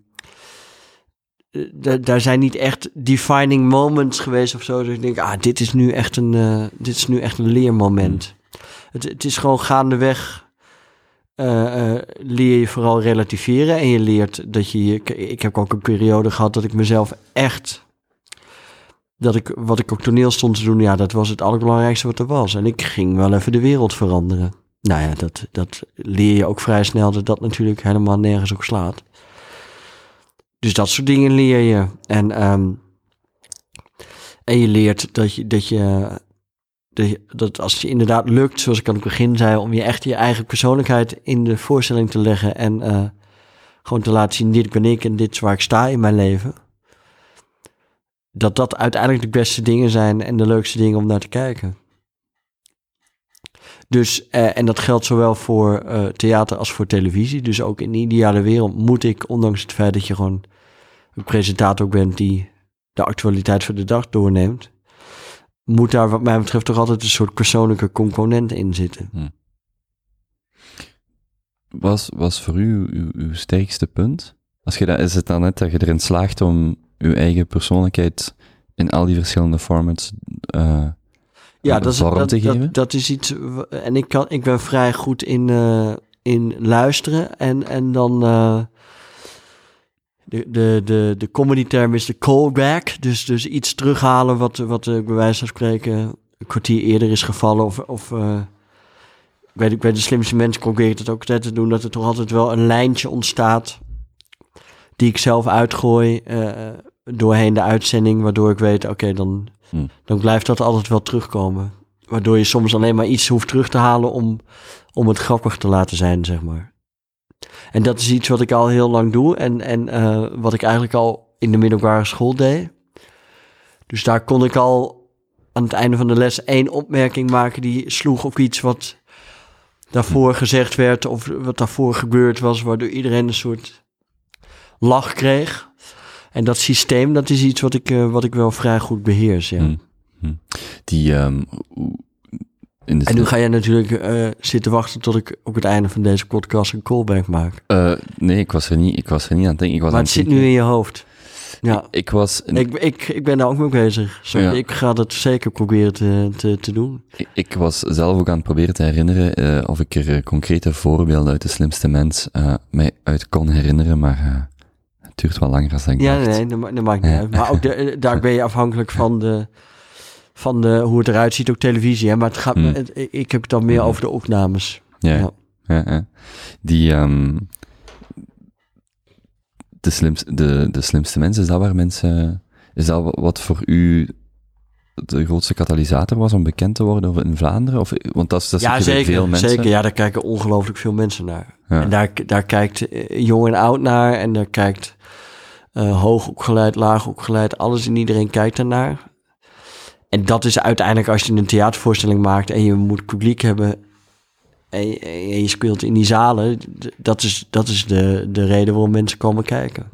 daar zijn niet echt defining moments geweest of zo. Dus ik denk, dit is nu echt een leermoment. Het is gewoon gaandeweg leer je vooral relativeren. En je leert dat ik heb ook een periode gehad dat ik mezelf echt, wat ik op toneel stond te doen, ja, dat was het allerbelangrijkste wat er was. En ik ging wel even de wereld veranderen. Nou ja, dat leer je ook vrij snel, dat natuurlijk helemaal nergens op slaat. Dus dat soort dingen leer je. En je leert dat als je inderdaad lukt, zoals ik aan het begin zei, om je echt je eigen persoonlijkheid in de voorstelling te leggen en gewoon te laten zien, dit ben ik en dit is waar ik sta in mijn leven. Dat uiteindelijk de beste dingen zijn en de leukste dingen om naar te kijken. Dus, en dat geldt zowel voor theater als voor televisie. Dus ook in de ideale wereld moet ik, ondanks het feit dat je gewoon een presentator bent die de actualiteit van de dag doorneemt, moet daar wat mij betreft toch altijd een soort persoonlijke component in zitten. Was voor u uw sterkste punt? Is het dan net dat je erin slaagt om uw eigen persoonlijkheid in al die verschillende formats vorm te geven? Dat is iets, en ik ben vrij goed in luisteren en dan de comedy term is de callback, dus iets terughalen wat bij wijze van spreken een kwartier eerder is gevallen of bij de slimste mensen probeer ik dat ook altijd te doen, dat er toch altijd wel een lijntje ontstaat die ik zelf uitgooi doorheen de uitzending, waardoor ik weet, oké, dan blijft dat altijd wel terugkomen. Waardoor je soms alleen maar iets hoeft terug te halen om het grappig te laten zijn, zeg maar. En dat is iets wat ik al heel lang doe en wat ik eigenlijk al in de middelbare school deed. Dus daar kon ik al aan het einde van de les 1 opmerking maken die sloeg op iets wat daarvoor gezegd werd of wat daarvoor gebeurd was, waardoor iedereen een soort lach kreeg. En dat systeem, dat is iets wat ik wel vrij goed beheers, ja. En nu ga jij natuurlijk zitten wachten tot ik op het einde van deze podcast een callback maak. Nee, ik was er niet aan het denken. Maar het zit nu in je hoofd. Ja. Ik ben daar ook mee bezig. Ja. Ik ga dat zeker proberen te doen. Ik was zelf ook aan het proberen te herinneren of ik er concrete voorbeelden uit De Slimste Mens mij uit kon herinneren, maar het duurt wel langer dan ik dacht. Nee, dat maakt niet uit. Maar ook daar ben je afhankelijk van hoe het eruit ziet op televisie. Hè? Maar het gaat, ik heb het dan meer over de opnames. Ja. Die, de slimste mensen, is dat waar mensen, is dat wat voor u de grootste katalysator was om bekend te worden in Vlaanderen? Want dat is zeker, veel mensen. Zeker. Ja, daar kijken ongelooflijk veel mensen naar. Ja. En daar kijkt jong en oud naar en daar kijkt hoog opgeleid, laag opgeleid, alles en iedereen kijkt ernaar. En dat is uiteindelijk als je een theatervoorstelling maakt en je moet publiek hebben en je speelt in die zalen, dat is de reden waarom mensen komen kijken.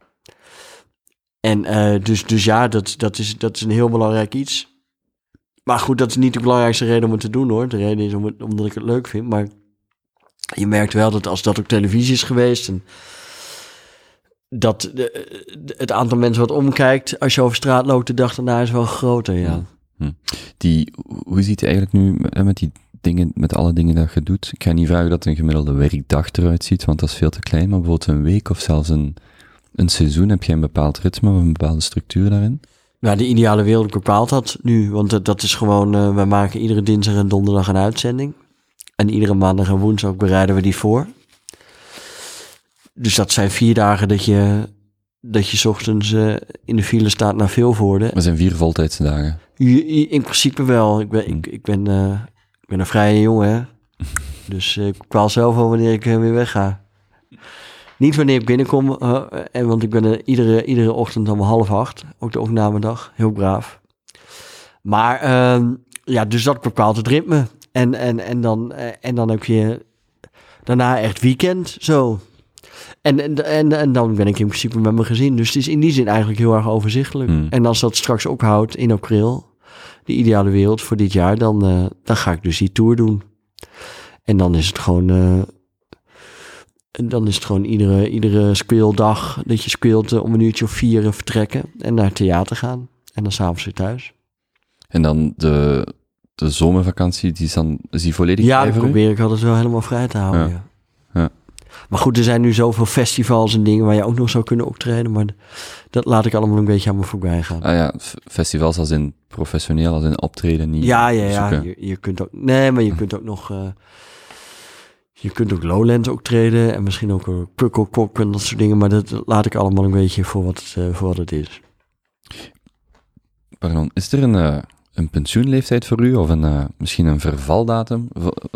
En dus ja, dat is een heel belangrijk iets. Maar goed, dat is niet de belangrijkste reden om het te doen, hoor. De reden is omdat ik het leuk vind. Maar je merkt wel dat als dat op televisie is geweest en dat het aantal mensen wat omkijkt als je over straat loopt de dag daarna is wel groter, ja. Hoe ziet je eigenlijk nu met die dingen, met alle dingen dat je doet? Ik ga niet vragen dat een gemiddelde werkdag eruit ziet, want dat is veel te klein, maar bijvoorbeeld een week of zelfs een seizoen, heb je een bepaald ritme of een bepaalde structuur daarin? Nou, de ideale wereld bepaalt dat nu, want dat is gewoon, we maken iedere dinsdag en donderdag een uitzending. En iedere maandag en woensdag bereiden we die voor. Dus dat zijn 4 dagen dat je 's ochtends in de file staat naar Vilvoorde. Er zijn 4 voltijdse dagen. In principe wel. Ik ben een vrije jongen, hè. Dus ik bepaal zelf wel wanneer ik weer wegga. Niet wanneer ik binnenkom, want ik ben er iedere ochtend om 7:30. Ook de opnamedag, heel braaf. Maar dus dat bepaalt het ritme. En dan heb je daarna echt weekend, zo. En dan ben ik in principe met mijn gezin. Dus het is in die zin eigenlijk heel erg overzichtelijk. En als dat straks ophoudt in april, de ideale wereld voor dit jaar, dan ga ik dus die tour doen. En dan is het gewoon... iedere speeldag dat je speelt om 4:00 vertrekken en naar het theater gaan. En dan 's avonds weer thuis. En dan de zomervakantie, is die volledig vrij Ja, dat voor u? probeer ik altijd wel helemaal vrij te houden, Ja. ja. Maar goed, er zijn nu zoveel festivals en dingen waar je ook nog zou kunnen optreden. Maar dat laat ik allemaal een beetje aan me voorbij gaan. Ah ja, festivals als in professioneel, als in optreden, niet Ja. Je kunt ook... Nee, maar je kunt ook nog... je kunt ook Lowlands ook treden en misschien ook Pukkelkop en dat soort dingen. Maar dat laat ik allemaal een beetje voor wat het is. Pardon, is er een pensioenleeftijd voor u? Of misschien een vervaldatum?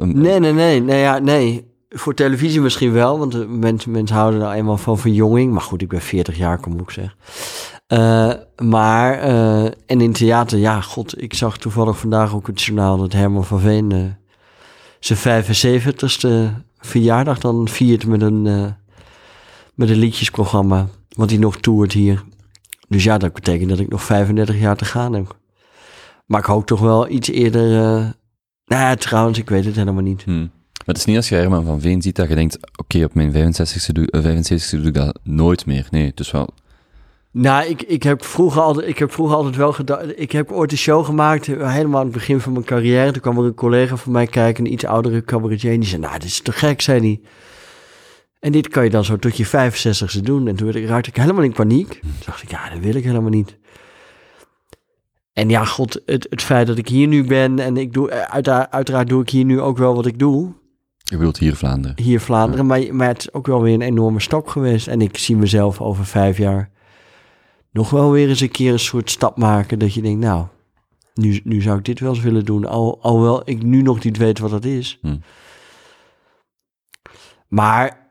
Nee. Voor televisie misschien wel, want mensen houden nou eenmaal van verjonging. Maar goed, ik ben 40 jaar, kom ik ook zeggen. En in theater, ja, god, ik zag toevallig vandaag ook het journaal dat Herman van Veen zijn 75ste verjaardag dan viert met een liedjesprogramma, wat hij nog toert hier. Dus ja, dat betekent dat ik nog 35 jaar te gaan heb. Maar ik hoop toch wel iets eerder... trouwens, ik weet het helemaal niet. Maar het is niet als je Herman van Veen ziet dat je denkt, oké, op mijn 75ste doe ik dat nooit meer. Nee, het is wel... Nou, ik heb vroeger altijd wel gedacht... Ik heb ooit een show gemaakt, helemaal aan het begin van mijn carrière. Toen kwam er een collega van mij kijken, een iets oudere cabaretier. En die zei, dit is te gek, zei hij. En dit kan je dan zo tot je 65ste doen. En toen raakte ik helemaal in paniek. Toen dacht ik, dat wil ik helemaal niet. En ja, god, het feit dat ik hier nu ben... en ik doe, uiteraard doe ik hier nu ook wel wat ik doe. Je bedoelt hier Vlaanderen? Hier Vlaanderen, ja. maar het is ook wel weer een enorme stap geweest. En ik zie mezelf over 5 jaar... nog wel weer eens een keer een soort stap maken... dat je denkt, nou, nu zou ik dit wel eens willen doen... alhoewel ik nu nog niet weet wat dat is. Maar...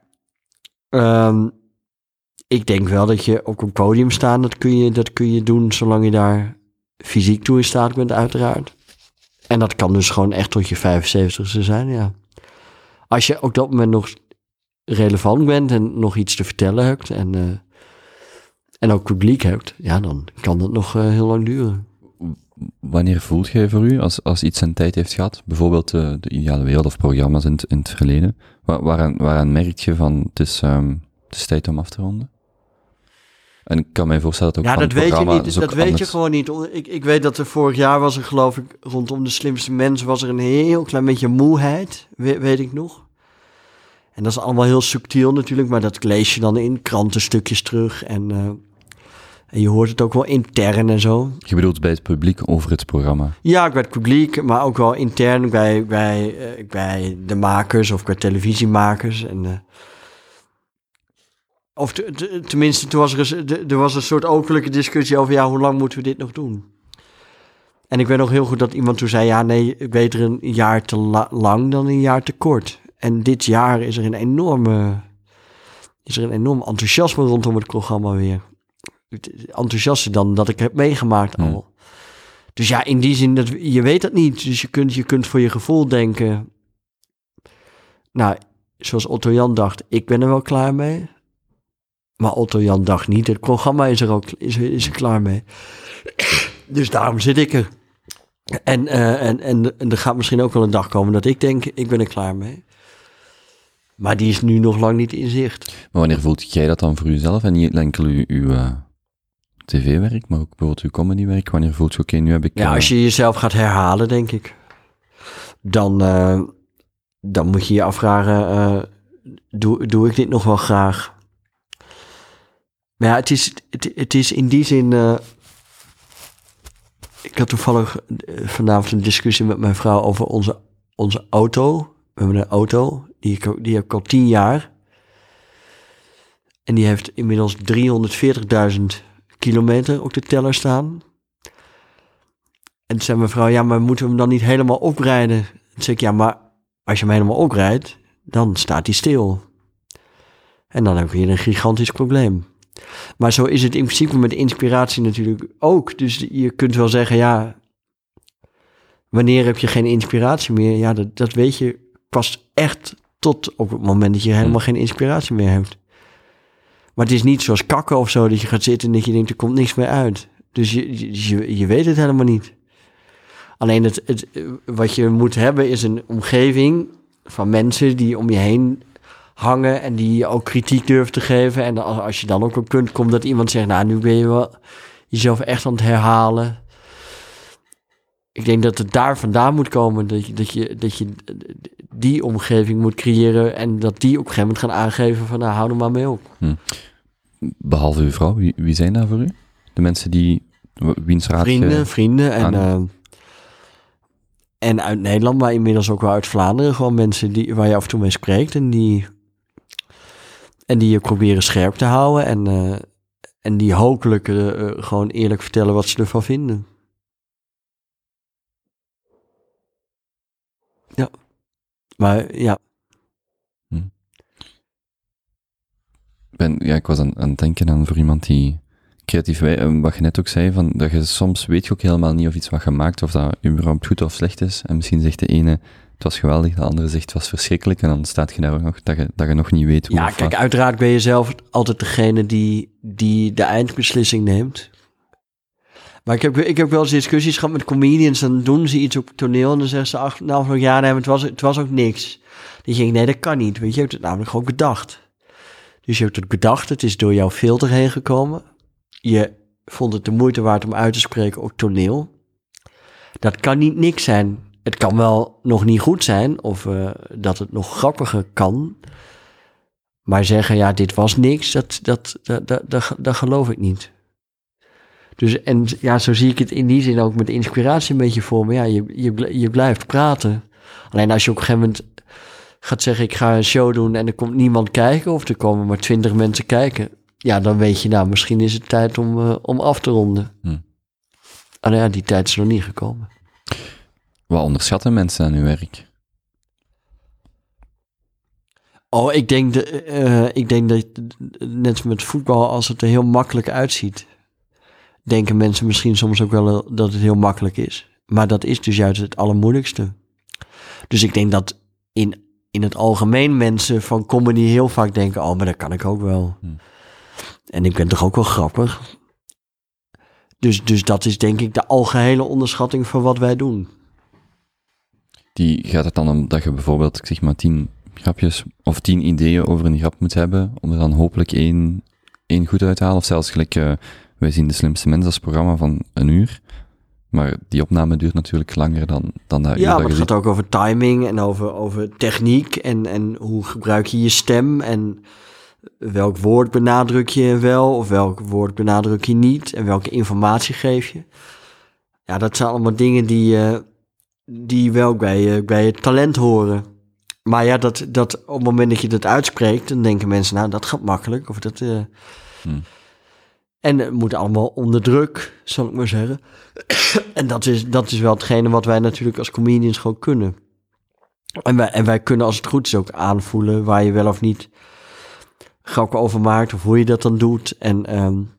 ik denk wel dat je op een podium staan, dat kun je doen zolang je daar fysiek toe in staat bent, uiteraard. En dat kan dus gewoon echt tot je 75ste zijn, ja. Als je op dat moment nog relevant bent en nog iets te vertellen hebt en ook publiek hebt, ja, dan kan dat nog heel lang duren. Wanneer voelt jij voor u als iets zijn tijd heeft gehad? Bijvoorbeeld de ideale wereld of programma's in het verleden. Waaraan merk je van het is tijd om af te ronden? En ik kan mij voorstellen dat ook van dat weet je niet. Dat weet anders... je gewoon niet. Ik weet dat er vorig jaar was er, geloof ik, rondom De Slimste Mens was er een heel klein beetje moeheid, weet ik nog. En dat is allemaal heel subtiel natuurlijk, maar dat lees je dan in krantenstukjes terug en je hoort het ook wel intern en zo. Je bedoelt bij het publiek over het programma? Ja, bij het publiek, maar ook wel intern bij de makers of bij televisiemakers. Of tenminste, toen was er was een soort openlijke discussie over... hoe lang moeten we dit nog doen? En ik weet nog heel goed dat iemand toen zei... beter een jaar te lang dan een jaar te kort. En dit jaar is er een enorm enthousiasme rondom het programma weer. Enthousiaster dan dat ik heb meegemaakt al. Dus ja, in die zin, je weet dat niet. Dus je kunt voor je gevoel denken... Nou, zoals Otto Jan dacht, ik ben er wel klaar mee... Maar Otto Jan dacht niet, het programma is er klaar mee. Dus daarom zit ik er. En er gaat misschien ook wel een dag komen dat ik denk, ik ben er klaar mee. Maar die is nu nog lang niet in zicht. Maar wanneer voelt jij dat dan voor jezelf? En niet enkel uw tv-werk, maar ook bijvoorbeeld uw comedywerk. Wanneer voelt je, oké, nu heb ik... Ja, als je jezelf gaat herhalen, denk ik. Dan moet je je afvragen, doe ik dit nog wel graag? Maar ja, het is in die zin... ik had toevallig vanavond een discussie met mijn vrouw over onze auto. We hebben een auto, die heb ik al 10 jaar. En die heeft inmiddels 340.000 kilometer op de teller staan. En toen zei mijn vrouw, ja, maar moeten we hem dan niet helemaal oprijden? Toen zei ik, ja, maar als je hem helemaal oprijdt, dan staat hij stil. En dan heb je een gigantisch probleem. Maar zo is het in principe met inspiratie natuurlijk ook. Dus je kunt wel zeggen, ja, wanneer heb je geen inspiratie meer? Ja, dat weet je pas echt tot op het moment dat je helemaal geen inspiratie meer hebt. Maar het is niet zoals kakken of zo, dat je gaat zitten en dat je denkt, er komt niks meer uit. Dus je weet het helemaal niet. Alleen wat je moet hebben is een omgeving van mensen die om je heen hangen en die je ook kritiek durven te geven. En als je dan ook op het punt komt dat iemand zegt, nou, nu ben je wel jezelf echt aan het herhalen. Ik denk dat het daar vandaan moet komen, dat je die omgeving moet creëren en dat die op een gegeven moment gaan aangeven van, nou, hou er maar mee op. Behalve uw vrouw, wie zijn daar voor u? De mensen die, wiens raad... Vrienden en uit Nederland, maar inmiddels ook wel uit Vlaanderen. Gewoon mensen waar je af en toe mee spreekt en die je proberen scherp te houden en die hopelijk gewoon eerlijk vertellen wat ze ervan vinden. Ja. Maar ja. Ik was aan het denken aan voor iemand die creatief, wat je net ook zei, van dat je soms weet je ook helemaal niet of iets wat je maakt, of dat überhaupt goed of slecht is. En misschien zegt de ene, het was geweldig, de andere zegt, het was verschrikkelijk. En dan staat je daar nog, dat je nog niet weet hoe. Ja, kijk, uiteraard ben je zelf altijd degene die de eindbeslissing neemt. Maar ik heb wel eens discussies gehad met comedians, dan doen ze iets op het toneel en dan zeggen ze, het was ook niks. Dan denk ik, nee, dat kan niet, weet je, je hebt het namelijk gewoon bedacht. Dus je hebt het bedacht, het is door jouw filter heen gekomen. Je vond het de moeite waard om uit te spreken op toneel. Dat kan niet niks zijn. Het kan wel nog niet goed zijn, of dat het nog grappiger kan. Maar zeggen, ja, dit was niks, dat geloof ik niet. Dus, en ja, zo zie ik het in die zin ook met inspiratie een beetje voor me. Ja, je blijft praten. Alleen als je op een gegeven moment gaat zeggen, ik ga een show doen en er komt niemand kijken, of er komen maar 20 mensen kijken, ja, dan weet je, nou, misschien is het tijd om af te ronden. Alleen ja, die tijd is nog niet gekomen. Wat onderschatten mensen aan uw werk? Oh, ik denk dat net als met voetbal, als het er heel makkelijk uitziet, denken mensen misschien soms ook wel dat het heel makkelijk is. Maar dat is dus juist het allermoeilijkste. Dus ik denk dat in het algemeen mensen van comedy heel vaak denken, oh, maar dat kan ik ook wel. En ik ben toch ook wel grappig. Dus dat is denk ik de algehele onderschatting van wat wij doen. Gaat het dan om dat je bijvoorbeeld, ik zeg maar 10 grapjes of 10 ideeën over een grap moet hebben, om er dan hopelijk één goed uit te halen? Of zelfs gelijk, wij zien De Slimste Mens als programma van 1 uur. Maar die opname duurt natuurlijk langer dan dat uur. Ja, maar het gaat ook over timing en over techniek en hoe gebruik je je stem en welk woord benadruk je wel of welk woord benadruk je niet en welke informatie geef je. Ja, dat zijn allemaal dingen die wel bij je talent horen. Maar ja, dat op het moment dat je dat uitspreekt, dan denken mensen, nou, dat gaat makkelijk. Of dat... En het moet allemaal onder druk, zal ik maar zeggen. En dat is wel hetgene wat wij natuurlijk als comedians gewoon kunnen. En wij kunnen als het goed is ook aanvoelen waar je wel of niet grappen over maakt, of hoe je dat dan doet. En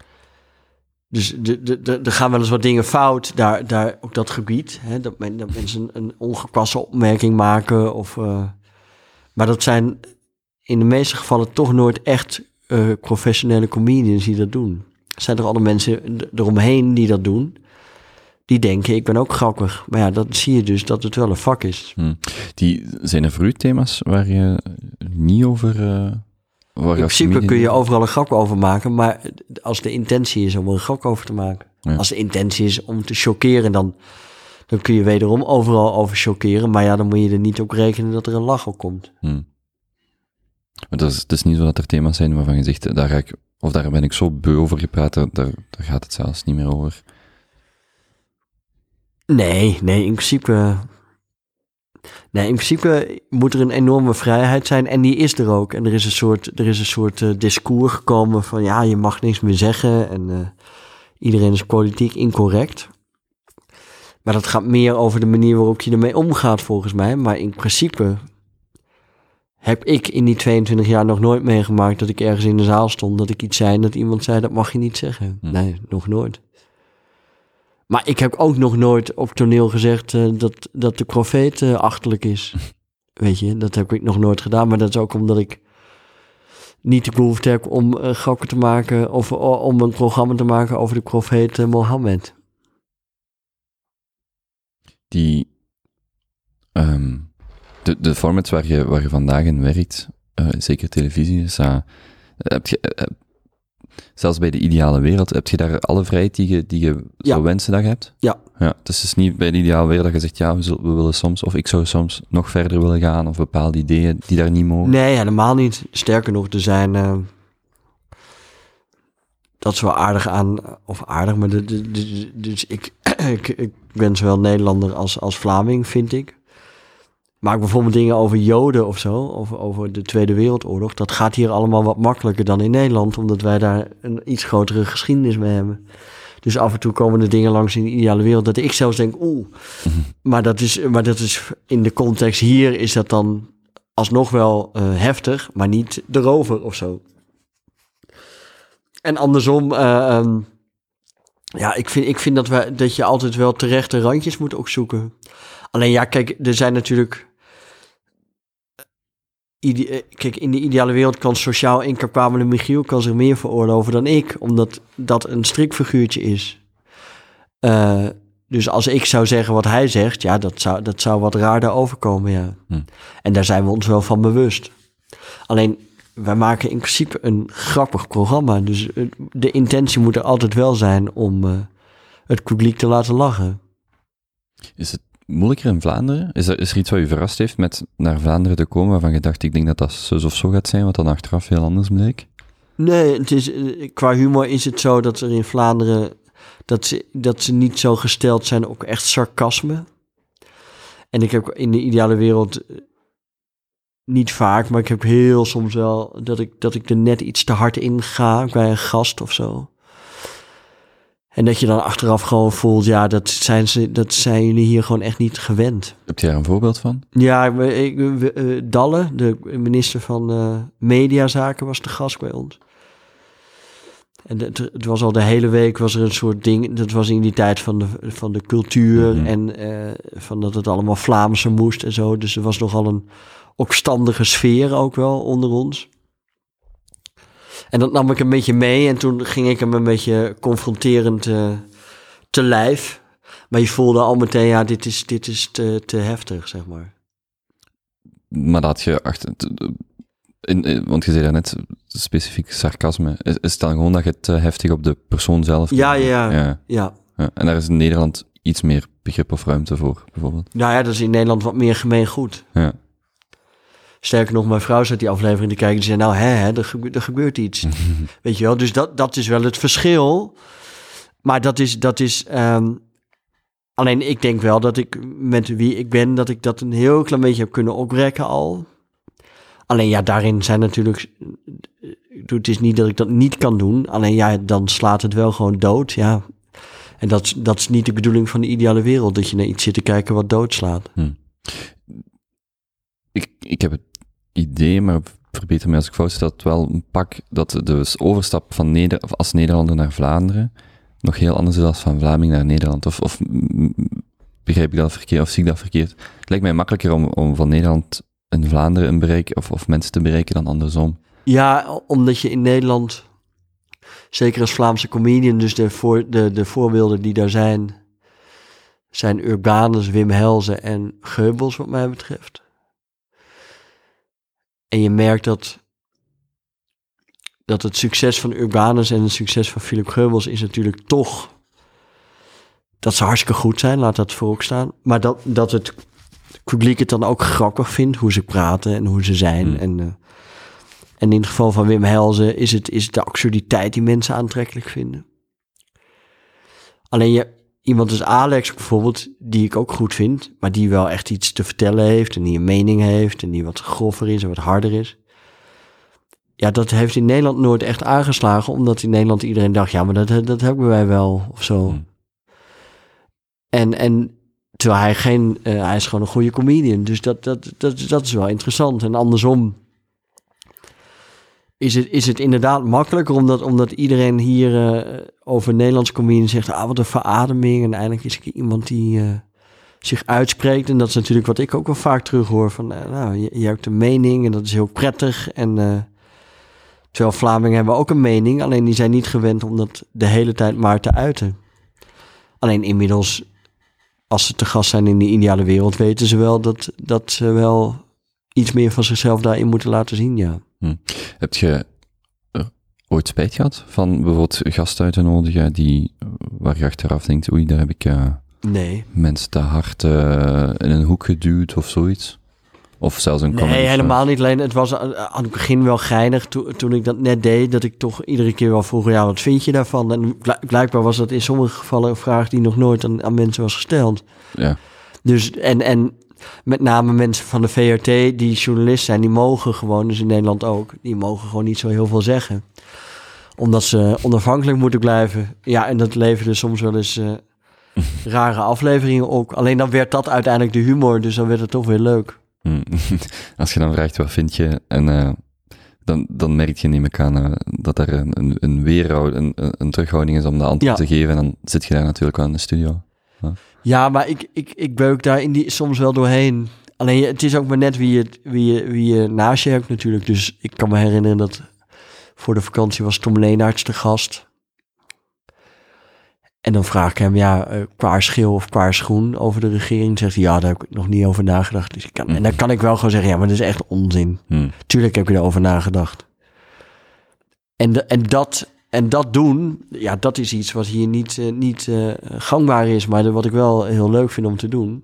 dus er gaan wel eens wat dingen fout daar op dat gebied. Hè, dat mensen een ongepaste opmerking maken. Maar dat zijn in de meeste gevallen toch nooit echt professionele comedians die dat doen. Er zijn er alle mensen eromheen die dat doen. Die denken, ik ben ook grappig. Maar ja, dat zie je dus dat het wel een vak is. Zijn er voor u thema's waar je niet over... in principe kun je overal een grap over maken, maar als de intentie is om er een grap over te maken. Ja. Als de intentie is om te chockeren, dan kun je wederom overal over chockeren. Maar ja, dan moet je er niet op rekenen dat er een lach op komt. Maar het is niet zo dat er thema's zijn waarvan je zegt, daar ben ik zo beu over gepraat, daar gaat het zelfs niet meer over. Nee, in principe... Nee, in principe moet er een enorme vrijheid zijn en die is er ook. En er is een soort discours gekomen van ja, je mag niks meer zeggen en iedereen is politiek incorrect. Maar dat gaat meer over de manier waarop je ermee omgaat volgens mij. Maar in principe heb ik in die 22 jaar nog nooit meegemaakt dat ik ergens in de zaal stond, dat ik iets zei en dat iemand zei dat mag je niet zeggen. Nee, nog nooit. Maar ik heb ook nog nooit op toneel gezegd dat de profeet achterlijk is. Weet je, dat heb ik nog nooit gedaan. Maar dat is ook omdat ik niet de behoefte heb om grappen te maken of om een programma te maken over de profeet Mohammed. Die, de formats waar je vandaag in werkt, zeker televisie, is heb je... Zelfs bij de ideale wereld, heb je daar alle vrijheid die je zou wensen dat je hebt? Ja. Dus het is niet bij de ideale wereld dat je zegt, ja, we willen soms, of ik zou soms nog verder willen gaan, of bepaalde ideeën die daar niet mogen. Nee, helemaal niet. Sterker nog, er zijn, dat is wel aardig aan, of aardig, maar dus ik ben zowel Nederlander als Vlaming, vind ik. Maak bijvoorbeeld dingen over Joden of zo, of over de Tweede Wereldoorlog. Dat gaat hier allemaal wat makkelijker dan in Nederland, omdat wij daar een iets grotere geschiedenis mee hebben. Dus af en toe komen er dingen langs in de ideale wereld dat ik zelfs denk, maar dat is in de context hier is dat dan alsnog wel heftig, maar niet erover of zo. En andersom, ja, ik vind dat je altijd wel terechte randjes moet ook zoeken. Alleen ja, kijk, er zijn natuurlijk... Kijk, in de ideale wereld kan sociaal incapabele Michiel kan zich meer veroorloven dan ik, omdat dat een strikfiguurtje is. Dus als ik zou zeggen wat hij zegt, ja, dat zou wat raarder overkomen, ja. En daar zijn we ons wel van bewust. Alleen, wij maken in principe een grappig programma, dus de intentie moet er altijd wel zijn om het publiek te laten lachen. Is het moeilijker in Vlaanderen? Is er iets wat u verrast heeft met naar Vlaanderen te komen, waarvan je dacht, ik denk dat zo of zo gaat zijn, wat dan achteraf heel anders bleek? Nee, qua humor is het zo dat er in Vlaanderen, dat ze niet zo gesteld zijn op echt sarcasme. En ik heb in de ideale wereld niet vaak, maar ik heb heel soms wel dat ik er net iets te hard in ga bij een gast of zo. En dat je dan achteraf gewoon voelt, ja, dat zijn jullie hier gewoon echt niet gewend. Heb je daar een voorbeeld van? Ja, Dalle, de minister van Mediazaken, was de gast bij ons. En het was al de hele week was er een soort ding, dat was in die tijd van de cultuur en van dat het allemaal Vlaamse moest en zo. Dus er was nogal een opstandige sfeer ook wel onder ons. En dat nam ik een beetje mee en toen ging ik hem een beetje confronterend te lijf. Maar je voelde al meteen, ja, dit is te heftig, zeg maar. Maar dat je want je zei daarnet specifiek sarcasme. Is het dan gewoon dat je het heftig op de persoon zelf... Ja. En daar is in Nederland iets meer begrip of ruimte voor, bijvoorbeeld? Nou ja, dat is in Nederland wat meer gemeengoed. Ja. Sterker nog, mijn vrouw zat die aflevering te kijken en die zei, nou, er gebeurt iets. Weet je wel, dus dat is wel het verschil. Maar dat is alleen ik denk wel dat ik, met wie ik ben, dat ik dat een heel klein beetje heb kunnen oprekken al. Alleen ja, daarin zijn natuurlijk... Het is niet dat ik dat niet kan doen. Alleen ja, dan slaat het wel gewoon dood, ja. En dat is niet de bedoeling van de ideale wereld, dat je naar iets zit te kijken wat doodslaat. Ik heb het idee, maar verbeter me als ik fout zit, dat wel een pak, dat de overstap van als Nederlander naar Vlaanderen nog heel anders is dan van Vlaming naar Nederland. Of begrijp ik dat verkeerd, of zie ik dat verkeerd? Het lijkt mij makkelijker om van Nederland in Vlaanderen een bereik, of mensen te bereiken dan andersom. Ja, omdat je in Nederland, zeker als Vlaamse comedian, dus de voorbeelden die daar zijn Urbanus, Wim Helsen en Geubels wat mij betreft. En je merkt dat het succes van Urbanus en het succes van Philip Geubels is natuurlijk toch dat ze hartstikke goed zijn, laat dat voorop staan. Maar dat het publiek het dan ook grappig vindt, hoe ze praten en hoe ze zijn. En in het geval van Wim Helsen is het de absurditeit die mensen aantrekkelijk vinden. Alleen iemand als Alex bijvoorbeeld, die ik ook goed vind, maar die wel echt iets te vertellen heeft en die een mening heeft en die wat groffer is en wat harder is. Ja, dat heeft in Nederland nooit echt aangeslagen, omdat in Nederland iedereen dacht, ja, maar dat hebben wij wel, of zo. En terwijl hij is gewoon een goede comedian, dus dat is wel interessant. En andersom is het inderdaad makkelijker, omdat iedereen hier over Nederlandse comedian zegt, wat een verademing. En eindelijk is er iemand die zich uitspreekt. En dat is natuurlijk wat ik ook wel vaak terug hoor. Van, je hebt een mening en dat is heel prettig. En terwijl Vlamingen hebben ook een mening, alleen die zijn niet gewend om dat de hele tijd maar te uiten. Alleen inmiddels, als ze te gast zijn in de ideale wereld, weten ze wel dat ze wel iets meer van zichzelf daarin moeten laten zien, ja. Heb je ooit spijt gehad van bijvoorbeeld gasten uit te nodigen waar je achteraf denkt, oei, daar heb ik nee. mensen te hard in een hoek geduwd of zoiets? Of zelfs een comedy? Nee, helemaal niet. Alleen het was aan het begin wel geinig toen ik dat net deed, dat ik toch iedere keer wel vroeg, ja, wat vind je daarvan? En blijkbaar was dat in sommige gevallen een vraag die nog nooit aan mensen was gesteld. Ja. Dus, en met name mensen van de VRT die journalist zijn, die mogen gewoon, dus in Nederland ook, die mogen gewoon niet zo heel veel zeggen. Omdat ze onafhankelijk moeten blijven. Ja, en dat leverde soms wel eens rare afleveringen op. Alleen dan werd dat uiteindelijk de humor, dus dan werd het toch weer leuk. Als je dan vraagt, wat vind je? En dan merk je niet meer aan dat er een weerhoud, een terughouding is om de antwoord te geven. En dan zit je daar natuurlijk wel in de studio. Ja, maar ik beuk daar soms wel doorheen. Alleen het is ook maar net wie je naast je hebt natuurlijk. Dus ik kan me herinneren dat voor de vakantie was Tom Leenaerts de gast. En dan vraag ik hem, qua schil of qua schoen over de regering. Zegt hij, ja, daar heb ik nog niet over nagedacht. Dus en dan kan ik wel gewoon zeggen, ja, maar dat is echt onzin. Tuurlijk heb ik erover nagedacht. En dat doen, ja, dat is iets wat hier niet gangbaar is, maar wat ik wel heel leuk vind om te doen.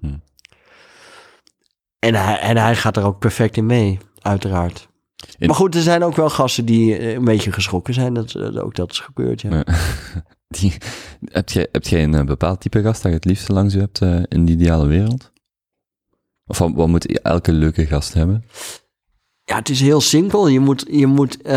En hij gaat er ook perfect in mee, uiteraard. Maar goed, er zijn ook wel gasten die een beetje geschrokken zijn. Dat is gebeurd, ja. Heb jij een bepaald type gast dat je het liefste langs u hebt in de ideale wereld? Of wat moet elke leuke gast hebben? Ja, het is heel simpel. Je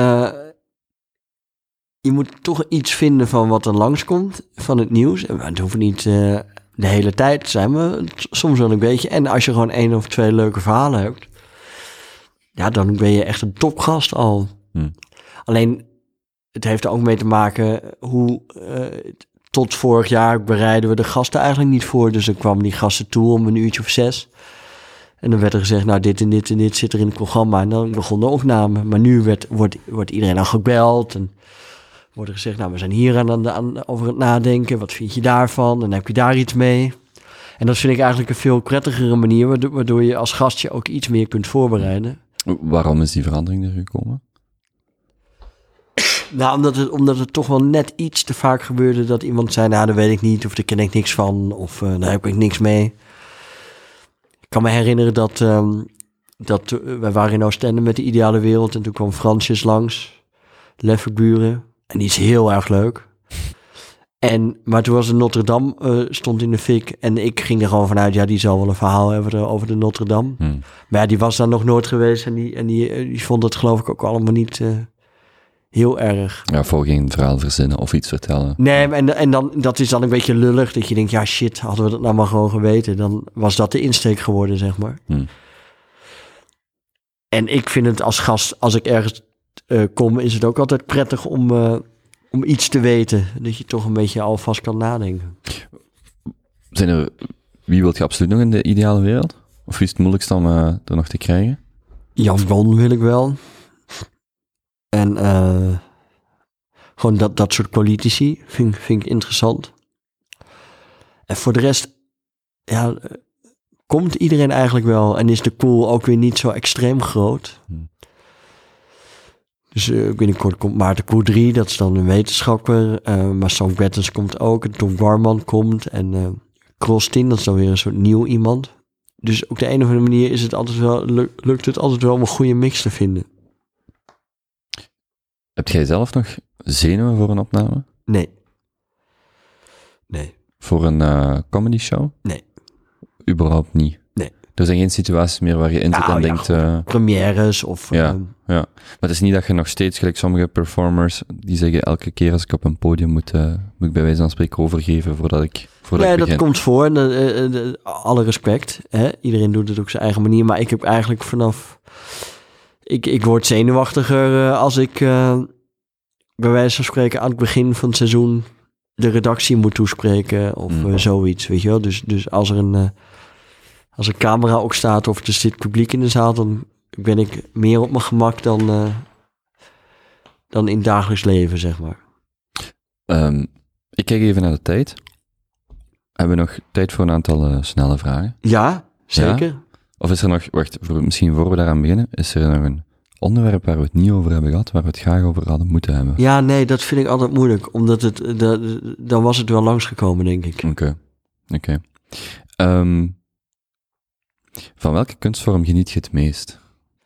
moet toch iets vinden van wat er langskomt, van het nieuws. En het hoeft niet de hele tijd te zijn, maar soms wel een beetje. En als je gewoon 1 of 2 leuke verhalen hebt, ja, dan ben je echt een topgast al. Alleen, het heeft er ook mee te maken hoe tot vorig jaar bereiden we de gasten eigenlijk niet voor. Dus dan kwamen die gasten toe om 1 uurtje of 6. En dan werd er gezegd, nou, dit en dit en dit zit er in het programma. En dan begon de opname. Maar nu wordt iedereen al gebeld en wordt er gezegd, nou, we zijn hier over het nadenken. Wat vind je daarvan? En dan heb je daar iets mee. En dat vind ik eigenlijk een veel prettigere manier, waardoor je als gastje ook iets meer kunt voorbereiden. Waarom is die verandering er gekomen? Nou, omdat het toch wel net iets te vaak gebeurde dat iemand zei, nou, dat weet ik niet, of daar ken ik niks van, of daar heb ik niks mee. Ik kan me herinneren dat wij waren in Oostende met de ideale wereld en toen kwam Fransjes langs, Lefferburen, en die is heel erg leuk. Maar toen was de Notre Dame, stond in de fik en ik ging er gewoon vanuit, ja, die zal wel een verhaal hebben over de Notre Dame. Maar ja, die was daar nog nooit geweest en die vond het geloof ik ook allemaal niet heel erg. Ja, voor geen verhaal verzinnen of iets vertellen. Nee, en dan, dat is dan een beetje lullig, dat je denkt, ja shit, hadden we dat nou maar gewoon geweten. Dan was dat de insteek geworden, zeg maar. En ik vind het als gast, als ik ergens kom, is het ook altijd prettig om iets te weten. Dat je toch een beetje alvast kan nadenken. Wie wilt je absoluut nog in de ideale wereld? Of wie is het moeilijkst om er nog te krijgen? Jan Bon wil ik wel. En gewoon dat soort politici vind ik interessant. En voor de rest, ja, komt iedereen eigenlijk wel. En is de pool ook weer niet zo extreem groot. Dus binnenkort komt Maarten Koudry, dat is dan een wetenschapper. Maar Sam Bettens komt ook. En Tom Warman komt. En Krostin, dat is dan weer een soort nieuw iemand. Dus op de een of andere manier is het altijd wel, lukt het altijd wel om een goede mix te vinden. Heb jij zelf nog zenuwen voor een opname? Nee. voor een comedy show? Nee. Überhaupt niet? Nee. Er zijn geen situaties meer waar je in zit en denkt... premières of... Ja. Maar het is niet dat je nog steeds, gelijk sommige performers, die zeggen elke keer als ik op een podium moet ik bij wijze van spreken overgeven voordat ik begin. Dat komt voor. Alle respect. Hè? Iedereen doet het op zijn eigen manier. Maar ik heb eigenlijk vanaf... Ik word zenuwachtiger als ik bij wijze van spreken aan het begin van het seizoen de redactie moet toespreken of zoiets, weet je wel. Dus als er een camera ook staat of er zit publiek in de zaal, dan ben ik meer op mijn gemak dan in het dagelijks leven, zeg maar. Ik kijk even naar de tijd. Hebben we nog tijd voor een aantal snelle vragen? Ja, zeker. Ja? Of is er nog, misschien voor we daaraan beginnen, is er nog een onderwerp waar we het niet over hebben gehad, waar we het graag over hadden moeten hebben? Ja, nee, dat vind ik altijd moeilijk, omdat dan was het wel langsgekomen, denk ik. Oké. Van welke kunstvorm geniet je het meest?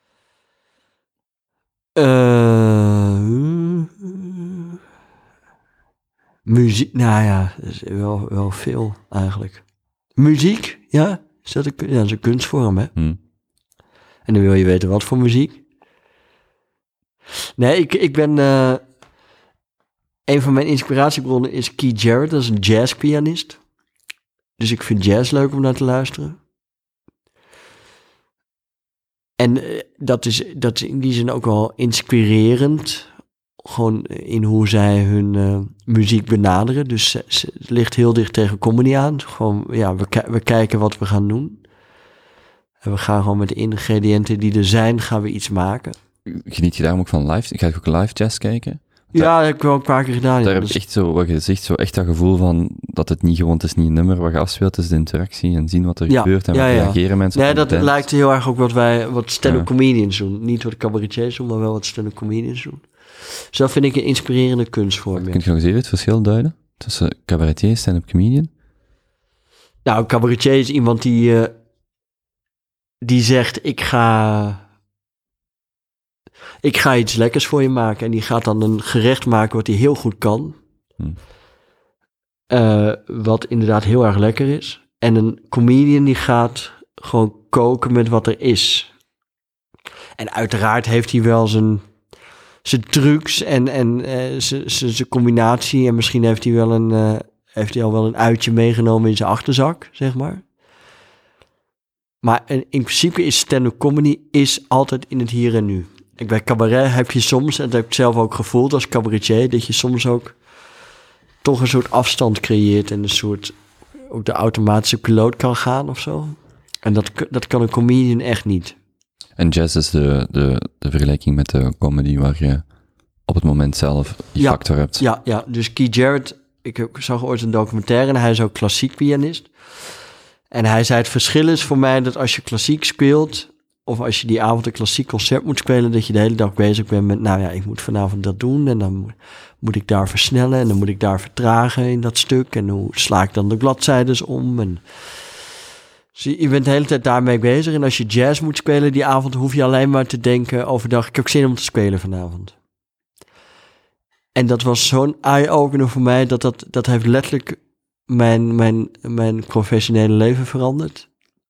Muziek, nou ja, dat is wel veel eigenlijk. Muziek, ja, dat is een kunstvorm, hè. En dan wil je weten wat voor muziek. Nee, ik ben... een van mijn inspiratiebronnen is Keith Jarrett, dat is een jazzpianist. Dus ik vind jazz leuk om naar te luisteren. En dat is in die zin ook wel inspirerend. Gewoon in hoe zij hun muziek benaderen. Dus het ligt heel dicht tegen comedy aan. Gewoon, ja, we kijken wat we gaan doen. En we gaan gewoon met de ingrediënten die er zijn, gaan we iets maken. Geniet je daarom ook van live? Ga je ook live jazz kijken? Ja, dat heb ik wel een paar keer gedaan. Daar heb ik echt zo, wat je zegt, zo echt dat gevoel van dat het niet gewoon, het is niet een nummer wat je afspeelt, het is de interactie en zien wat er gebeurt en wat reageren mensen. Nee, dat lijkt heel erg ook wat stand-up comedians doen. Niet wat cabaretiers doen, maar wel wat stand-up comedians doen. Dus dat vind ik een inspirerende kunstvorm. Kun je nog eens even het verschil duiden tussen cabaretier en stand-up comedian? Nou, een cabaretier is iemand die zegt, ik ga iets lekkers voor je maken. En die gaat dan een gerecht maken wat hij heel goed kan. Wat inderdaad heel erg lekker is. En een comedian die gaat gewoon koken met wat er is. En uiteraard heeft hij wel zijn trucs en zijn combinatie. En misschien heeft hij al wel een uitje meegenomen in zijn achterzak, zeg maar. Maar in principe is stand-up comedy altijd in het hier en nu. Bij cabaret heb je soms, en dat heb ik zelf ook gevoeld als cabaretier, dat je soms ook toch een soort afstand creëert en een soort ook de automatische piloot kan gaan of zo. En dat kan een comedian echt niet. En jazz is de vergelijking met de comedy waar je op het moment zelf die factor hebt. Ja, dus Keith Jarrett, ik zag ooit een documentaire en hij is ook klassiek pianist. En hij zei, het verschil is voor mij dat als je klassiek speelt, of als je die avond een klassiek concert moet spelen, dat je de hele dag bezig bent met, nou ja, ik moet vanavond dat doen en dan moet ik daar versnellen en dan moet ik daar vertragen in dat stuk en hoe sla ik dan de bladzijdes om en dus je bent de hele tijd daarmee bezig. En als je jazz moet spelen die avond, hoef je alleen maar te denken overdag, ik heb zin om te spelen vanavond. En dat was zo'n eye-opener voor mij, dat heeft letterlijk mijn professionele leven veranderd.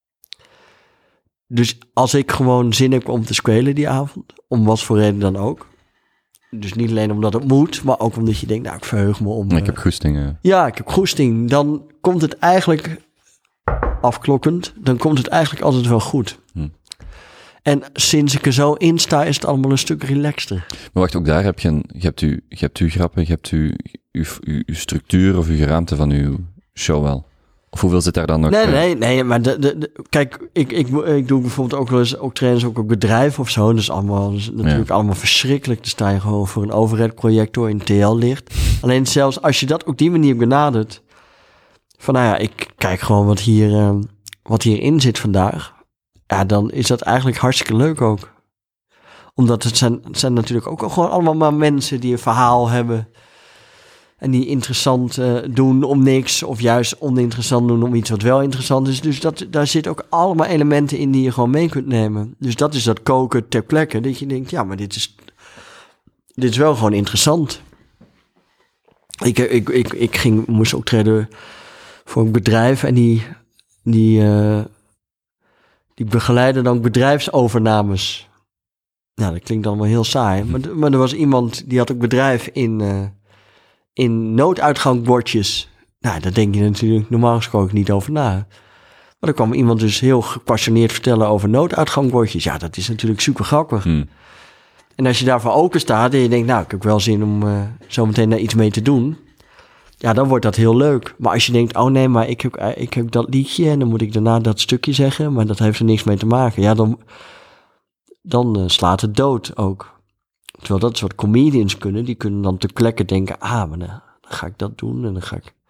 Dus als ik gewoon zin heb om te spelen die avond, om wat voor reden dan ook. Dus niet alleen omdat het moet, maar ook omdat je denkt, nou, ik verheug me om. Ik heb goesting. Ja, ik heb goesting. Dan komt het eigenlijk afklokkend, dan komt het eigenlijk altijd wel goed. En sinds ik er zo in sta, is het allemaal een stuk relaxter. Maar wacht, ook daar heb je hebt uw grappen, je hebt uw structuur of uw geraamte van uw show wel. Of hoeveel zit daar dan nog? Nee, maar kijk, ik doe bijvoorbeeld ook wel eens ook trainers ook op bedrijven of zo. Dat is natuurlijk allemaal verschrikkelijk. Dan sta je gewoon voor een overheadprojector in TL-licht. Alleen zelfs als je dat op die manier benadert, van nou ja, ik kijk gewoon wat hierin zit vandaag. Ja, dan is dat eigenlijk hartstikke leuk ook. Omdat het zijn natuurlijk ook gewoon allemaal maar mensen die een verhaal hebben. En die interessant doen om niks. Of juist oninteressant doen om iets wat wel interessant is. Dus daar zitten ook allemaal elementen in die je gewoon mee kunt nemen. Dus dat is dat koken ter plekke. Dat je denkt, ja, maar dit is wel gewoon interessant. Ik moest optreden voor een bedrijf. En die begeleiden dan bedrijfsovernames. Nou, dat klinkt allemaal heel saai. Maar er was iemand die had een bedrijf in nooduitgangbordjes. Nou, daar denk je natuurlijk normaal gesproken niet over na. Maar er kwam iemand dus heel gepassioneerd vertellen over nooduitgangbordjes. Ja, dat is natuurlijk super grappig. En als je daarvoor open staat en je denkt, nou, ik heb wel zin om zo meteen daar iets mee te doen. Ja, dan wordt dat heel leuk. Maar als je denkt, oh nee, maar ik heb dat liedje en dan moet ik daarna dat stukje zeggen, maar dat heeft er niks mee te maken. Ja, dan slaat het dood ook. Terwijl dat is wat comedians kunnen. Die kunnen dan ter plekke denken, maar dan ga ik dat doen en dan ga ik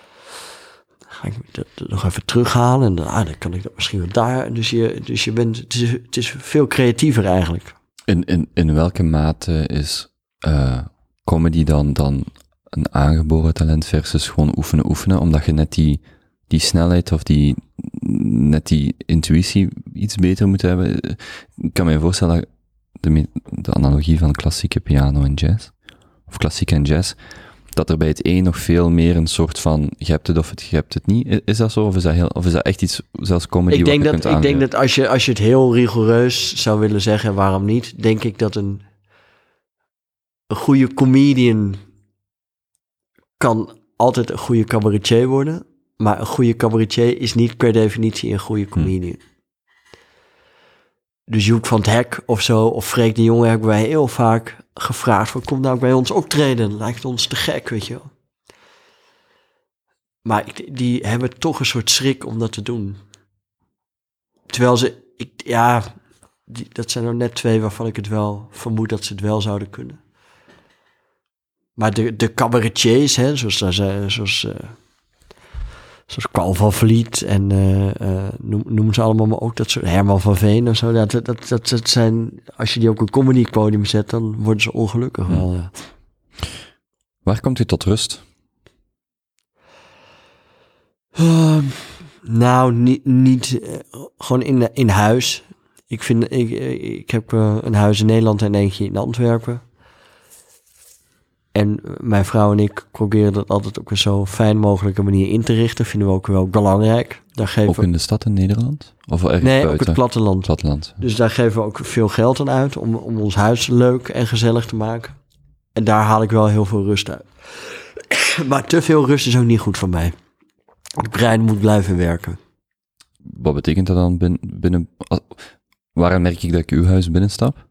dat nog even terughalen en dan kan ik dat misschien wel daar. Dus je bent, het is veel creatiever eigenlijk. In welke mate is comedy dan een aangeboren talent versus gewoon oefenen, omdat je net die snelheid of net die intuïtie iets beter moet hebben? Ik kan me voorstellen dat de analogie van klassieke piano en jazz, of klassiek en jazz, dat er bij het een nog veel meer een soort van, je hebt het of je hebt het niet. Is dat zo? Of is dat echt iets, zelfs comedy, ik denk dat als je het heel rigoureus zou willen zeggen, waarom niet, denk ik dat een goede comedian kan altijd een goede cabaretier worden, maar een goede cabaretier is niet per definitie een goede comedian. Dus Joep van het Hek of zo, of Freek de Jonge, hebben wij heel vaak gevraagd van, kom nou bij ons optreden, lijkt ons te gek, weet je wel. Maar die hebben toch een soort schrik om dat te doen. Terwijl dat zijn er net twee waarvan ik het wel vermoed dat ze het wel zouden kunnen. Maar de cabaretiers, hè, zoals Carl van Vliet en noem ze allemaal maar ook, dat soort Herman van Veen en zo. Dat zijn, als je die op een comedypodium zet, dan worden ze ongelukkig wel. Ja. Waar komt u tot rust? Nou, niet gewoon in huis. Ik heb een huis in Nederland en eentje in Antwerpen. En mijn vrouw en ik proberen dat altijd op een zo fijn mogelijke manier in te richten. Vinden we ook wel belangrijk. Ook in de stad in Nederland? Of ergens nee, buiten? op het platteland. Dus daar geven we ook veel geld aan uit om ons huis leuk en gezellig te maken. En daar haal ik wel heel veel rust uit. Maar te veel rust is ook niet goed voor mij. Het brein moet blijven werken. Wat betekent dat dan binnen... Waarom merk ik dat ik uw huis binnenstap?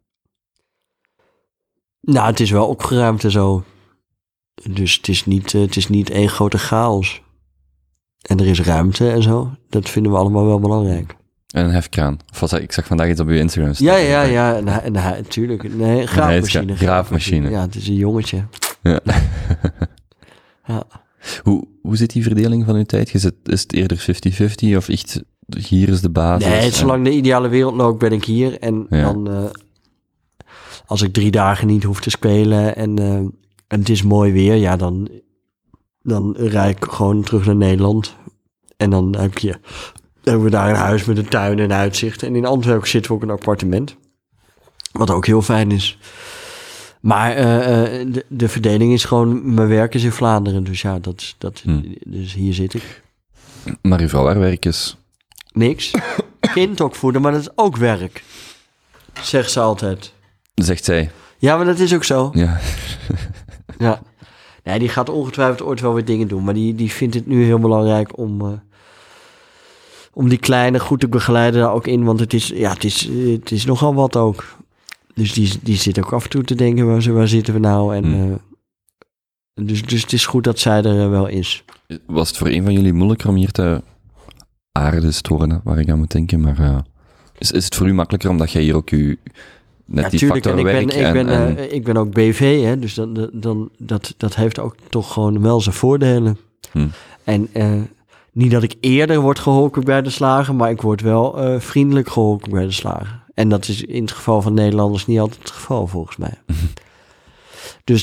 Nou, het is wel opgeruimd en zo. Dus het is niet één grote chaos. En er is ruimte en zo. Dat vinden we allemaal wel belangrijk. En een hefkraan. Ik zag vandaag iets op uw Instagram staan. Ja. Natuurlijk. Nee, graafmachine. Graafmachine. Ja, het is een jongetje. Ja. Ja. Hoe zit die verdeling van uw tijd? Is het eerder 50-50 of echt, hier is de basis? Nee, zolang de ideale wereld loopt ben ik hier. En dan, als ik 3 dagen niet hoef te spelen en het is mooi weer, ja, dan rijd ik gewoon terug naar Nederland. En dan hebben we daar een huis met een tuin en uitzicht. En in Antwerpen zitten we ook in een appartement. Wat ook heel fijn is. Maar de verdeling is gewoon, mijn werk is in Vlaanderen. Dus ja, dus hier zit ik. Maar uw vrouw, haar werk is? Niks. Kind opvoeden, maar dat is ook werk. Zegt ze altijd. Zegt zij. Ja, maar dat is ook zo. Ja. Ja. Nee, die gaat ongetwijfeld ooit wel weer dingen doen. Maar die vindt het nu heel belangrijk om die kleine goed te begeleiden daar ook in. Want het is nogal wat ook. Dus die zit ook af en toe te denken, waar zitten we nou? En, dus het is goed dat zij er wel is. Was het voor een van jullie moeilijker om hier te aarden, storen, waar ik aan moet denken? Maar is het voor u makkelijker omdat jij hier ook die factor werk... Ik ben ook BV, hè, dus dat heeft ook toch gewoon wel zijn voordelen. En niet dat ik eerder word geholpen bij de slager, maar ik word wel vriendelijk geholpen bij de slager. En dat is in het geval van Nederlanders niet altijd het geval, volgens mij. Dus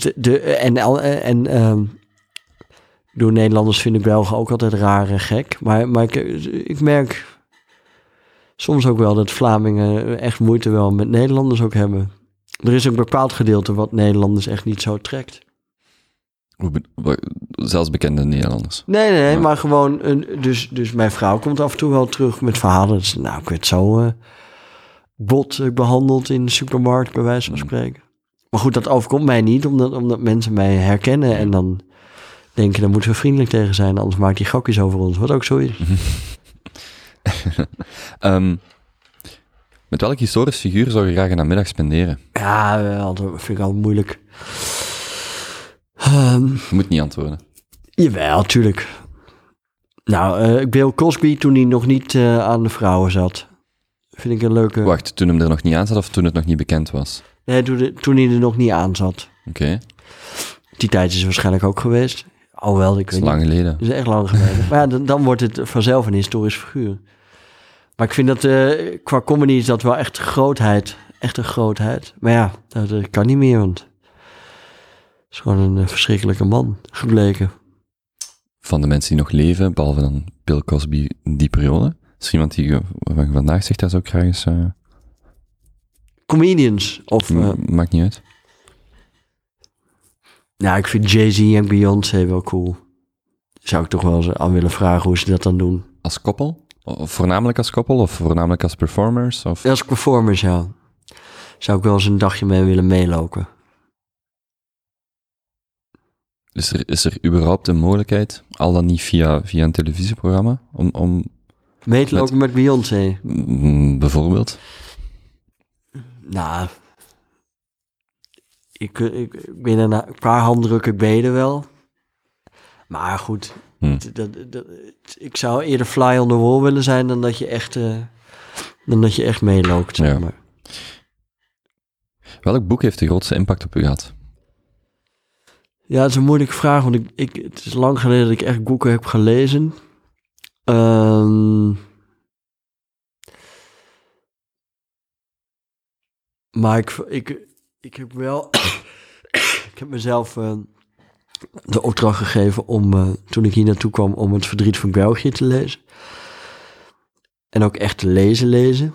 door Nederlanders vind ik Belgen ook altijd raar en gek. Maar ik merk soms ook wel dat Vlamingen echt moeite wel met Nederlanders ook hebben. Er is ook een bepaald gedeelte wat Nederlanders echt niet zo trekt. Zelfs bekende Nederlanders. Nee, maar gewoon... Dus mijn vrouw komt af en toe wel terug met verhalen. Dus, nou, ik werd zo bot behandeld in de supermarkt, bij wijze van spreken. Maar goed, dat overkomt mij niet, omdat mensen mij herkennen en dan denken, dan moeten we vriendelijk tegen zijn, anders maakt die grapjes over ons, wat ook zo is. Met welk historisch figuur zou je graag een namiddag spenderen? Ja, dat vind ik altijd moeilijk. Je moet niet antwoorden. Jawel, tuurlijk. Nou, Bill Cosby toen hij nog niet aan de vrouwen zat. Vind ik een leuke... Wacht, toen hem er nog niet aan zat of toen het nog niet bekend was? Nee, toen hij er nog niet aan zat. Oké. Die tijd is waarschijnlijk ook geweest. Alhoewel, ik weet niet. Dat is lang geleden. Dat is echt lang geleden. Maar ja, dan wordt het vanzelf een historisch figuur. Maar ik vind dat qua comedy is dat wel echt grootheid. Echt een grootheid. Maar ja, dat kan niet meer, want het is gewoon een verschrikkelijke man gebleken. Van de mensen die nog leven, behalve dan Bill Cosby, die periode. Is er iemand die vandaag zegt, dat zou ik graag eens... Comedians. Of, maakt niet uit. Ja, ik vind Jay-Z en Beyoncé wel cool. Zou ik toch wel eens aan willen vragen hoe ze dat dan doen. Als koppel? Of voornamelijk als koppel? Of voornamelijk als performers? Of... Als performers, ja. Zou ik wel eens een dagje mee willen meelopen. Is er überhaupt een mogelijkheid, al dan niet via een televisieprogramma, om mee te lopen met Beyoncé? Bijvoorbeeld? Nou, ik ben een paar handdrukken beden wel. Maar goed, ik zou eerder fly on the wall willen zijn dan dat je echt meeloopt. Zeg maar. Welk boek heeft de grootste impact op u gehad? Ja, het is een moeilijke vraag, want het is lang geleden dat ik echt boeken heb gelezen. Maar ik heb wel... ik heb mezelf de opdracht gegeven om, toen ik hier naartoe kwam, om Het Verdriet van België te lezen. En ook echt te lezen.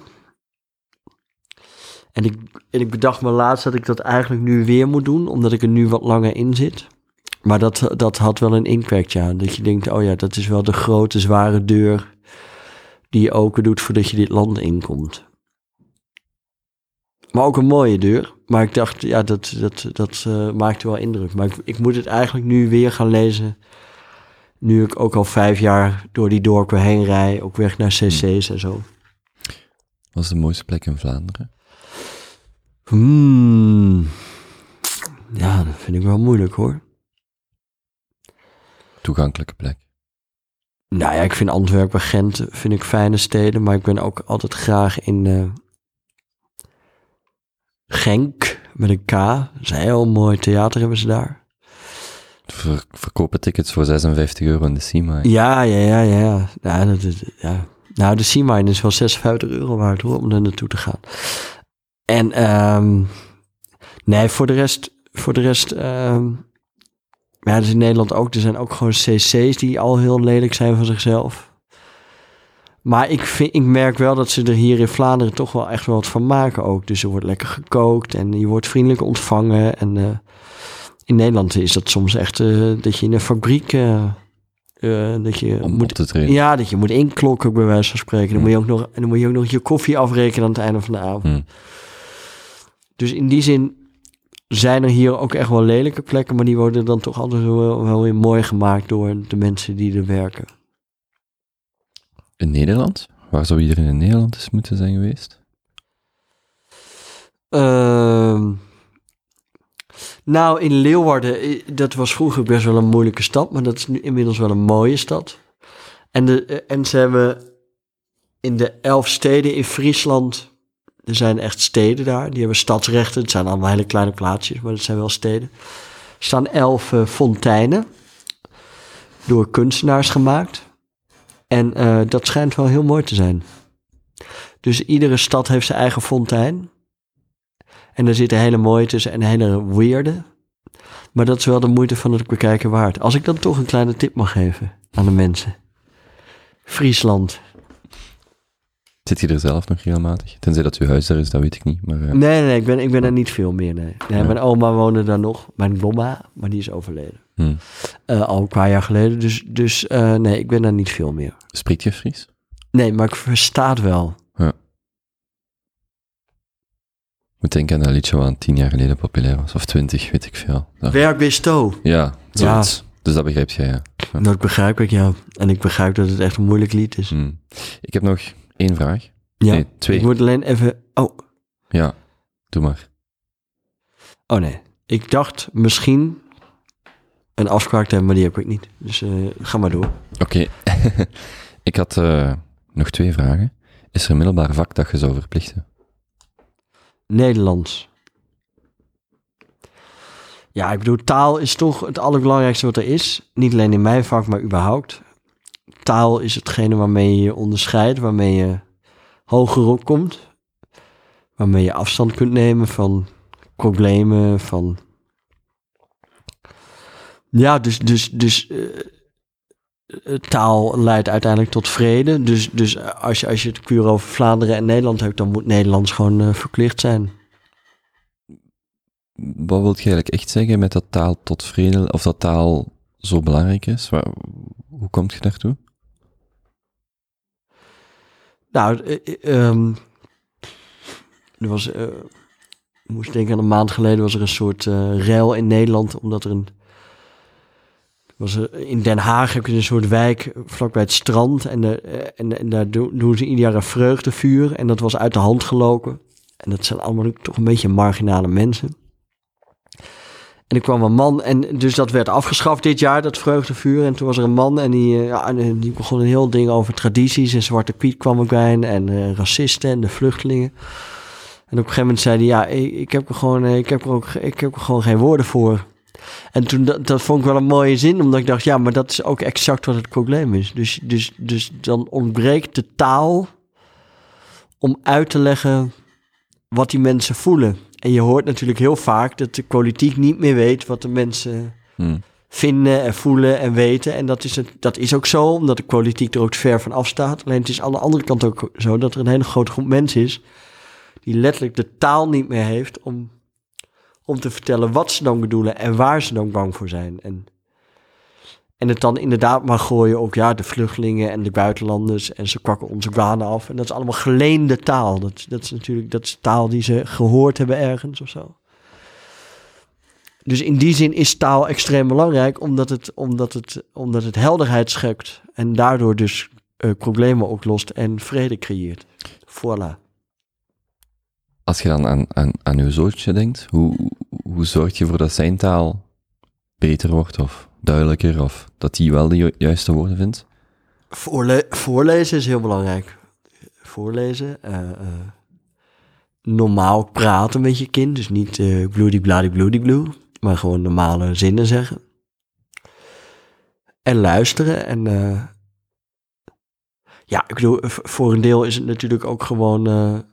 En ik bedacht me laatst dat ik dat eigenlijk nu weer moet doen, omdat ik er nu wat langer in zit. Maar dat had wel een impact, ja. Dat je denkt, oh ja, dat is wel de grote, zware deur die je open doet voordat je dit land inkomt. Maar ook een mooie deur. Maar ik dacht, ja, dat maakte wel indruk. Maar ik moet het eigenlijk nu weer gaan lezen. Nu ik ook al 5 jaar door die dorpen heen rij, ook weg naar cc's en zo. Wat is de mooiste plek in Vlaanderen? Ja, dat vind ik wel moeilijk, hoor. Toegankelijke plek. Nou ja, ik vind Antwerpen, Gent vind ik fijne steden, maar ik ben ook altijd graag in Genk met een K. Dat is een heel mooi theater hebben ze daar. Verkopen tickets voor €56 in de Seamine. Ja. Ja, nou, de Seamine is wel €56 waard, hoor, om er naartoe te gaan. En nee, voor de rest ja, dus in Nederland ook. Er zijn ook gewoon cc's die al heel lelijk zijn van zichzelf. Maar ik merk wel dat ze er hier in Vlaanderen toch wel echt wel wat van maken ook. Dus er wordt lekker gekookt en je wordt vriendelijk ontvangen. En in Nederland is dat soms echt dat je in een fabriek... dat je om moet, op te treden. Ja, dat je moet inklokken bij wijze van spreken. Dan moet je ook nog je koffie afrekenen aan het einde van de avond. Dus in die zin zijn er hier ook echt wel lelijke plekken, maar die worden dan toch altijd wel weer mooi gemaakt door de mensen die er werken. In Nederland? Waar zou iedereen in Nederland eens moeten zijn geweest? Nou, in Leeuwarden, dat was vroeger best wel een moeilijke stad, maar dat is nu inmiddels wel een mooie stad. En ze hebben in de 11 steden in Friesland, er zijn echt steden daar, die hebben stadsrechten. Het zijn allemaal hele kleine plaatsjes, maar het zijn wel steden. Er staan 11 fonteinen, door kunstenaars gemaakt. En dat schijnt wel heel mooi te zijn. Dus iedere stad heeft zijn eigen fontein. En er zitten hele mooie tussen en hele weirde. Maar dat is wel de moeite van het bekijken waard. Als ik dan toch een kleine tip mag geven aan de mensen. Friesland. Zit je er zelf nog regelmatig? Tenzij dat uw huis daar is, dat weet ik niet. Maar, Nee, ik ben er niet veel meer, nee. Mijn oma woonde daar nog, mijn blomma, maar die is overleden. Al een paar jaar geleden, dus nee, ik ben daar niet veel meer. Spreekt je Fries? Nee, maar ik versta het wel. Ja. Ik moet denken aan dat liedje wat 10 jaar geleden populair was, of 20, weet ik veel. Werk besto. Ja, zoiets. Ja. Dus dat begrijp jij, ja. Dat begrijp ik, ja. En ik begrijp dat het echt een moeilijk lied is. Ik heb nog 1 vraag. Ja, nee, 2. Ik moet alleen even... Oh. Ja, doe maar. Oh nee, ik dacht misschien een afspraak te hebben, maar die heb ik niet. Dus ga maar door. Oké. Ik had nog 2 vragen. Is er een middelbaar vak dat je zou verplichten? Nederlands. Ja, ik bedoel, taal is toch het allerbelangrijkste wat er is. Niet alleen in mijn vak, maar überhaupt. Taal is hetgene waarmee je je onderscheidt, waarmee je hoger opkomt. Waarmee je afstand kunt nemen van problemen, van... Ja, dus taal leidt uiteindelijk tot vrede. Dus als je het puur over Vlaanderen en Nederland hebt, dan moet Nederlands gewoon verplicht zijn. Wat wil je eigenlijk echt zeggen met dat taal tot vrede, of dat taal zo belangrijk is? Hoe komt je daartoe? Nou, er was, ik moest denken aan een maand geleden was er een soort rel in Nederland, omdat er in Den Haag heb je een soort wijk vlakbij het strand en daar doen ze ieder jaar een vreugdevuur en dat was uit de hand gelopen. En dat zijn allemaal toch een beetje marginale mensen. En er kwam een man en dus dat werd afgeschaft dit jaar, dat vreugdevuur. En toen was er een man en die begon een heel ding over tradities en Zwarte Piet kwam ook bij en racisten en de vluchtelingen. En op een gegeven moment zei hij, ja, ik heb er gewoon geen woorden voor. En toen, dat vond ik wel een mooie zin, omdat ik dacht, ja, maar dat is ook exact wat het probleem is. Dus dan ontbreekt de taal om uit te leggen wat die mensen voelen. En je hoort natuurlijk heel vaak dat de politiek niet meer weet wat de mensen vinden en voelen en weten. En dat is ook zo, omdat de politiek er ook ver van afstaat. Alleen het is aan de andere kant ook zo dat er een hele grote groep mensen is die letterlijk de taal niet meer heeft om te vertellen wat ze dan bedoelen en waar ze dan bang voor zijn. En het dan inderdaad maar gooien op de vluchtelingen en de buitenlanders en ze kwakken onze banen af. En dat is allemaal geleende taal. Dat is taal die ze gehoord hebben ergens of zo. Dus in die zin is taal extreem belangrijk, omdat het helderheid schept en daardoor dus problemen oplost en vrede creëert. Voilà. Als je dan aan uw zoontje denkt, hoe zorg je ervoor dat zijn taal beter wordt of duidelijker, of dat hij wel de juiste woorden vindt? Voorlezen is heel belangrijk. Voorlezen. Normaal praten met je kind. Dus niet bloedie-bladie-bloedie-bloe. Maar gewoon normale zinnen zeggen. En luisteren. En ik bedoel, voor een deel is het natuurlijk ook gewoon...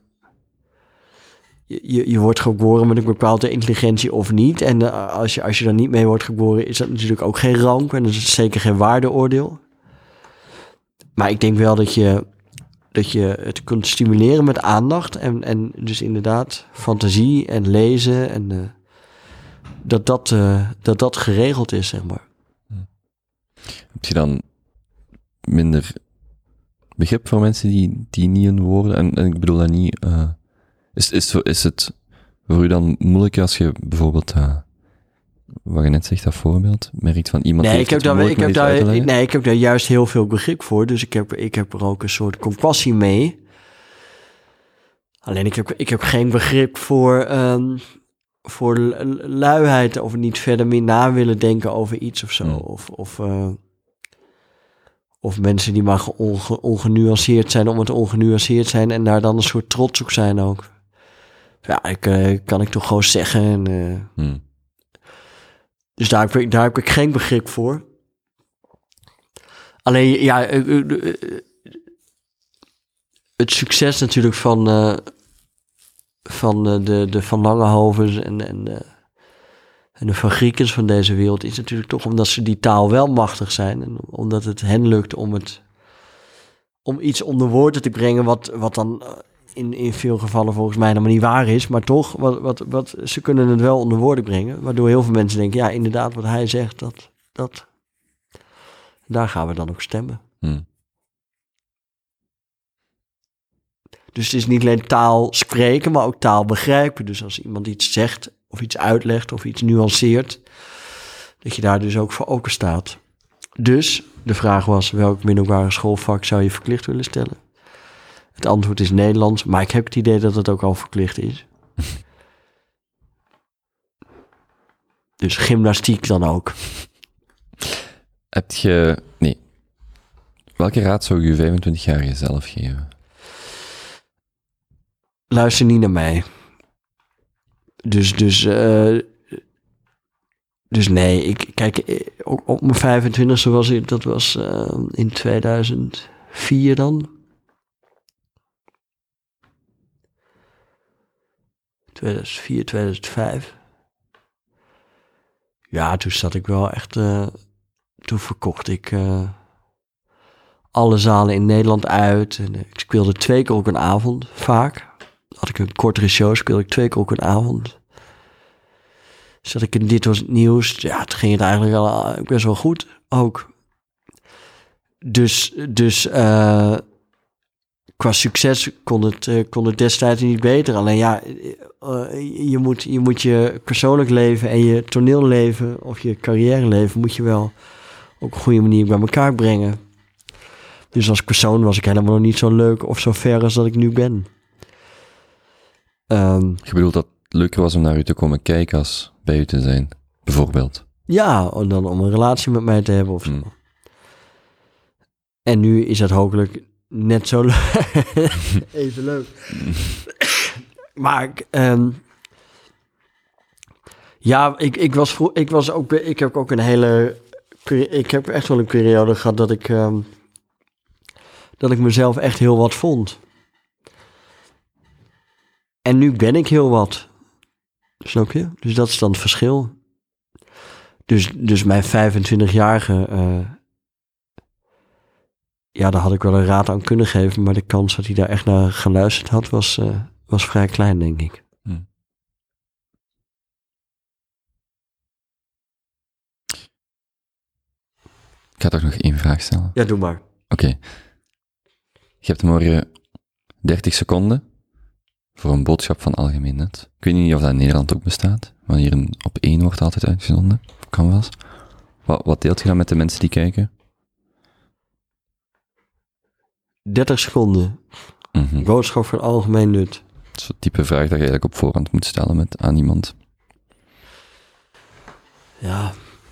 Je wordt geboren met een bepaalde intelligentie of niet. En als je er niet mee wordt geboren, is dat natuurlijk ook geen rank. En dat is zeker geen waardeoordeel. Maar ik denk wel dat je het kunt stimuleren met aandacht. En dus inderdaad fantasie en lezen. En dat geregeld is, zeg maar. Heb je dan minder begrip voor mensen die niet in woorden... En ik bedoel dat niet... Is het voor u dan moeilijk als je bijvoorbeeld, wat je net zegt, dat voorbeeld, merkt van iemand... Nee, ik heb daar juist heel veel begrip voor, dus ik heb er ook een soort compassie mee. Alleen ik heb geen begrip voor luiheid of niet verder meer na willen denken over iets of zo. Of mensen die maar ongenuanceerd zijn om het ongenuanceerd zijn en daar dan een soort trots op zijn ook. Ja, kan ik toch gewoon zeggen. Dus daar heb ik geen begrip voor. Alleen, ja, het succes natuurlijk van de Van Langenhovens en de Van Griekens van deze wereld is natuurlijk toch omdat ze die taal wel machtig zijn. En omdat het hen lukt om om iets onder woorden te brengen wat dan in veel gevallen volgens mij helemaal niet waar is. Maar toch, ze kunnen het wel onder woorden brengen. Waardoor heel veel mensen denken, ja, inderdaad, wat hij zegt, dat daar gaan we dan ook stemmen. Dus het is niet alleen taal spreken, maar ook taal begrijpen. Dus als iemand iets zegt of iets uitlegt of iets nuanceert, dat je daar dus ook voor open staat. Dus de vraag was, welk middelbare schoolvak zou je verplicht willen stellen? Het antwoord is Nederlands, maar ik heb het idee dat het ook al verplicht is. Dus gymnastiek dan ook. Welke raad zou je 25-jarige zelf geven? Luister niet naar mij. Dus nee, op mijn 25e was ik, dat was in 2004 dan. 2004, 2005. Ja, toen zat ik wel echt, toen verkocht ik alle zalen in Nederland uit. En ik speelde 2 keer ook een avond, vaak. Had ik een kortere show, speelde ik 2 keer ook een avond. Zat ik in Dit Was Het Nieuws. Ja, het ging het eigenlijk al best wel goed ook. Dus qua succes kon het destijds niet beter. Alleen ja, je moet je persoonlijk leven en je toneelleven of je carrière-leven moet je wel op een goede manier bij elkaar brengen. Dus als persoon was ik helemaal nog niet zo leuk of zo ver als dat ik nu ben. Je bedoelt dat het leuker was om naar u te komen kijken als bij u te zijn, bijvoorbeeld? Ja, dan om een relatie met mij te hebben of zo. En nu is dat hopelijk net zo even leuk. Maar ja, ik heb ook een hele... Ik heb echt wel een periode gehad dat ik mezelf echt heel wat vond. En nu ben ik heel wat. Snap je? Dus dat is dan het verschil. Dus mijn 25-jarige... ja, daar had ik wel een raad aan kunnen geven, maar de kans dat hij daar echt naar geluisterd had, was vrij klein, denk ik. Ik ga toch nog 1 vraag stellen? Ja, doe maar. Oké. Je hebt morgen 30 seconden voor een boodschap van algemeen nut. Ik weet niet of dat in Nederland ook bestaat, maar hier op 1 wordt altijd uitgezonden, op Canvas. Wat deelt je dan met de mensen die kijken? 30 seconden. Boodschap van algemeen nut. Dat is het type vraag dat je eigenlijk op voorhand moet stellen aan iemand. Ja.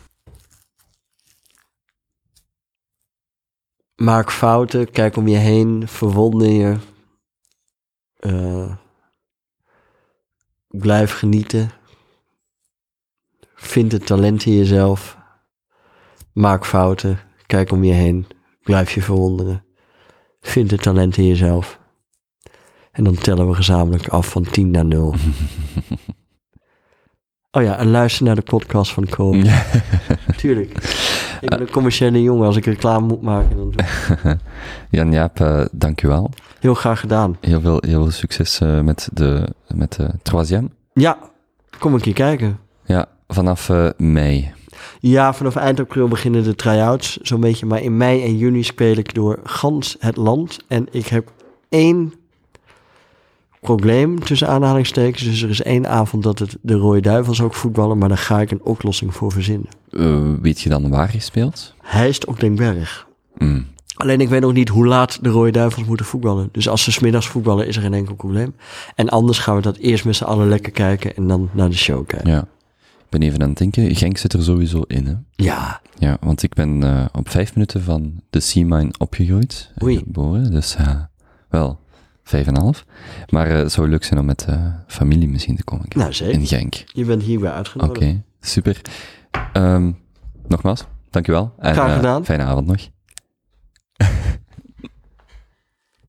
Maak fouten, kijk om je heen, verwonder je. Blijf genieten. Vind het talent in jezelf. Maak fouten, kijk om je heen, blijf je verwonderen. Vind het talent in jezelf. En dan tellen we gezamenlijk af van 10 naar 0. Oh ja, en luister naar de podcast van Koop. Tuurlijk. Ik ben een commerciële jongen. Als ik reclame moet maken, dan doe ik. Jan-Jaap, dank u wel. Heel graag gedaan. Heel veel succes met de troisième. Ja, kom een keer kijken. Ja, vanaf mei. Ja, vanaf eind april beginnen de try-outs. Zo'n beetje, maar in mei en juni speel ik door gans het land. En ik heb 1 probleem tussen aanhalingstekens. Dus er is 1 avond dat de Rode Duivels ook voetballen, maar daar ga ik een oplossing voor verzinnen. Weet je dan waar je speelt? Heist op Den Berg. Alleen ik weet nog niet hoe laat de Rode Duivels moeten voetballen. Dus als ze 's middags voetballen is er geen enkel probleem. En anders gaan we dat eerst met z'n allen lekker kijken en dan naar de show kijken. Ja. Ik ben even aan het denken, Genk zit er sowieso in, hè? Ja. Ja, want ik ben op 5 minuten van de Sea-Mine opgegroeid. Oei. Geboren, dus wel 5,5. Maar het zou leuk zijn om met familie misschien te komen. Nou, zeker. In Genk. Je bent hierbij uitgenodigd. Oké, super. Nogmaals, dankjewel. En graag gedaan. Fijne avond nog.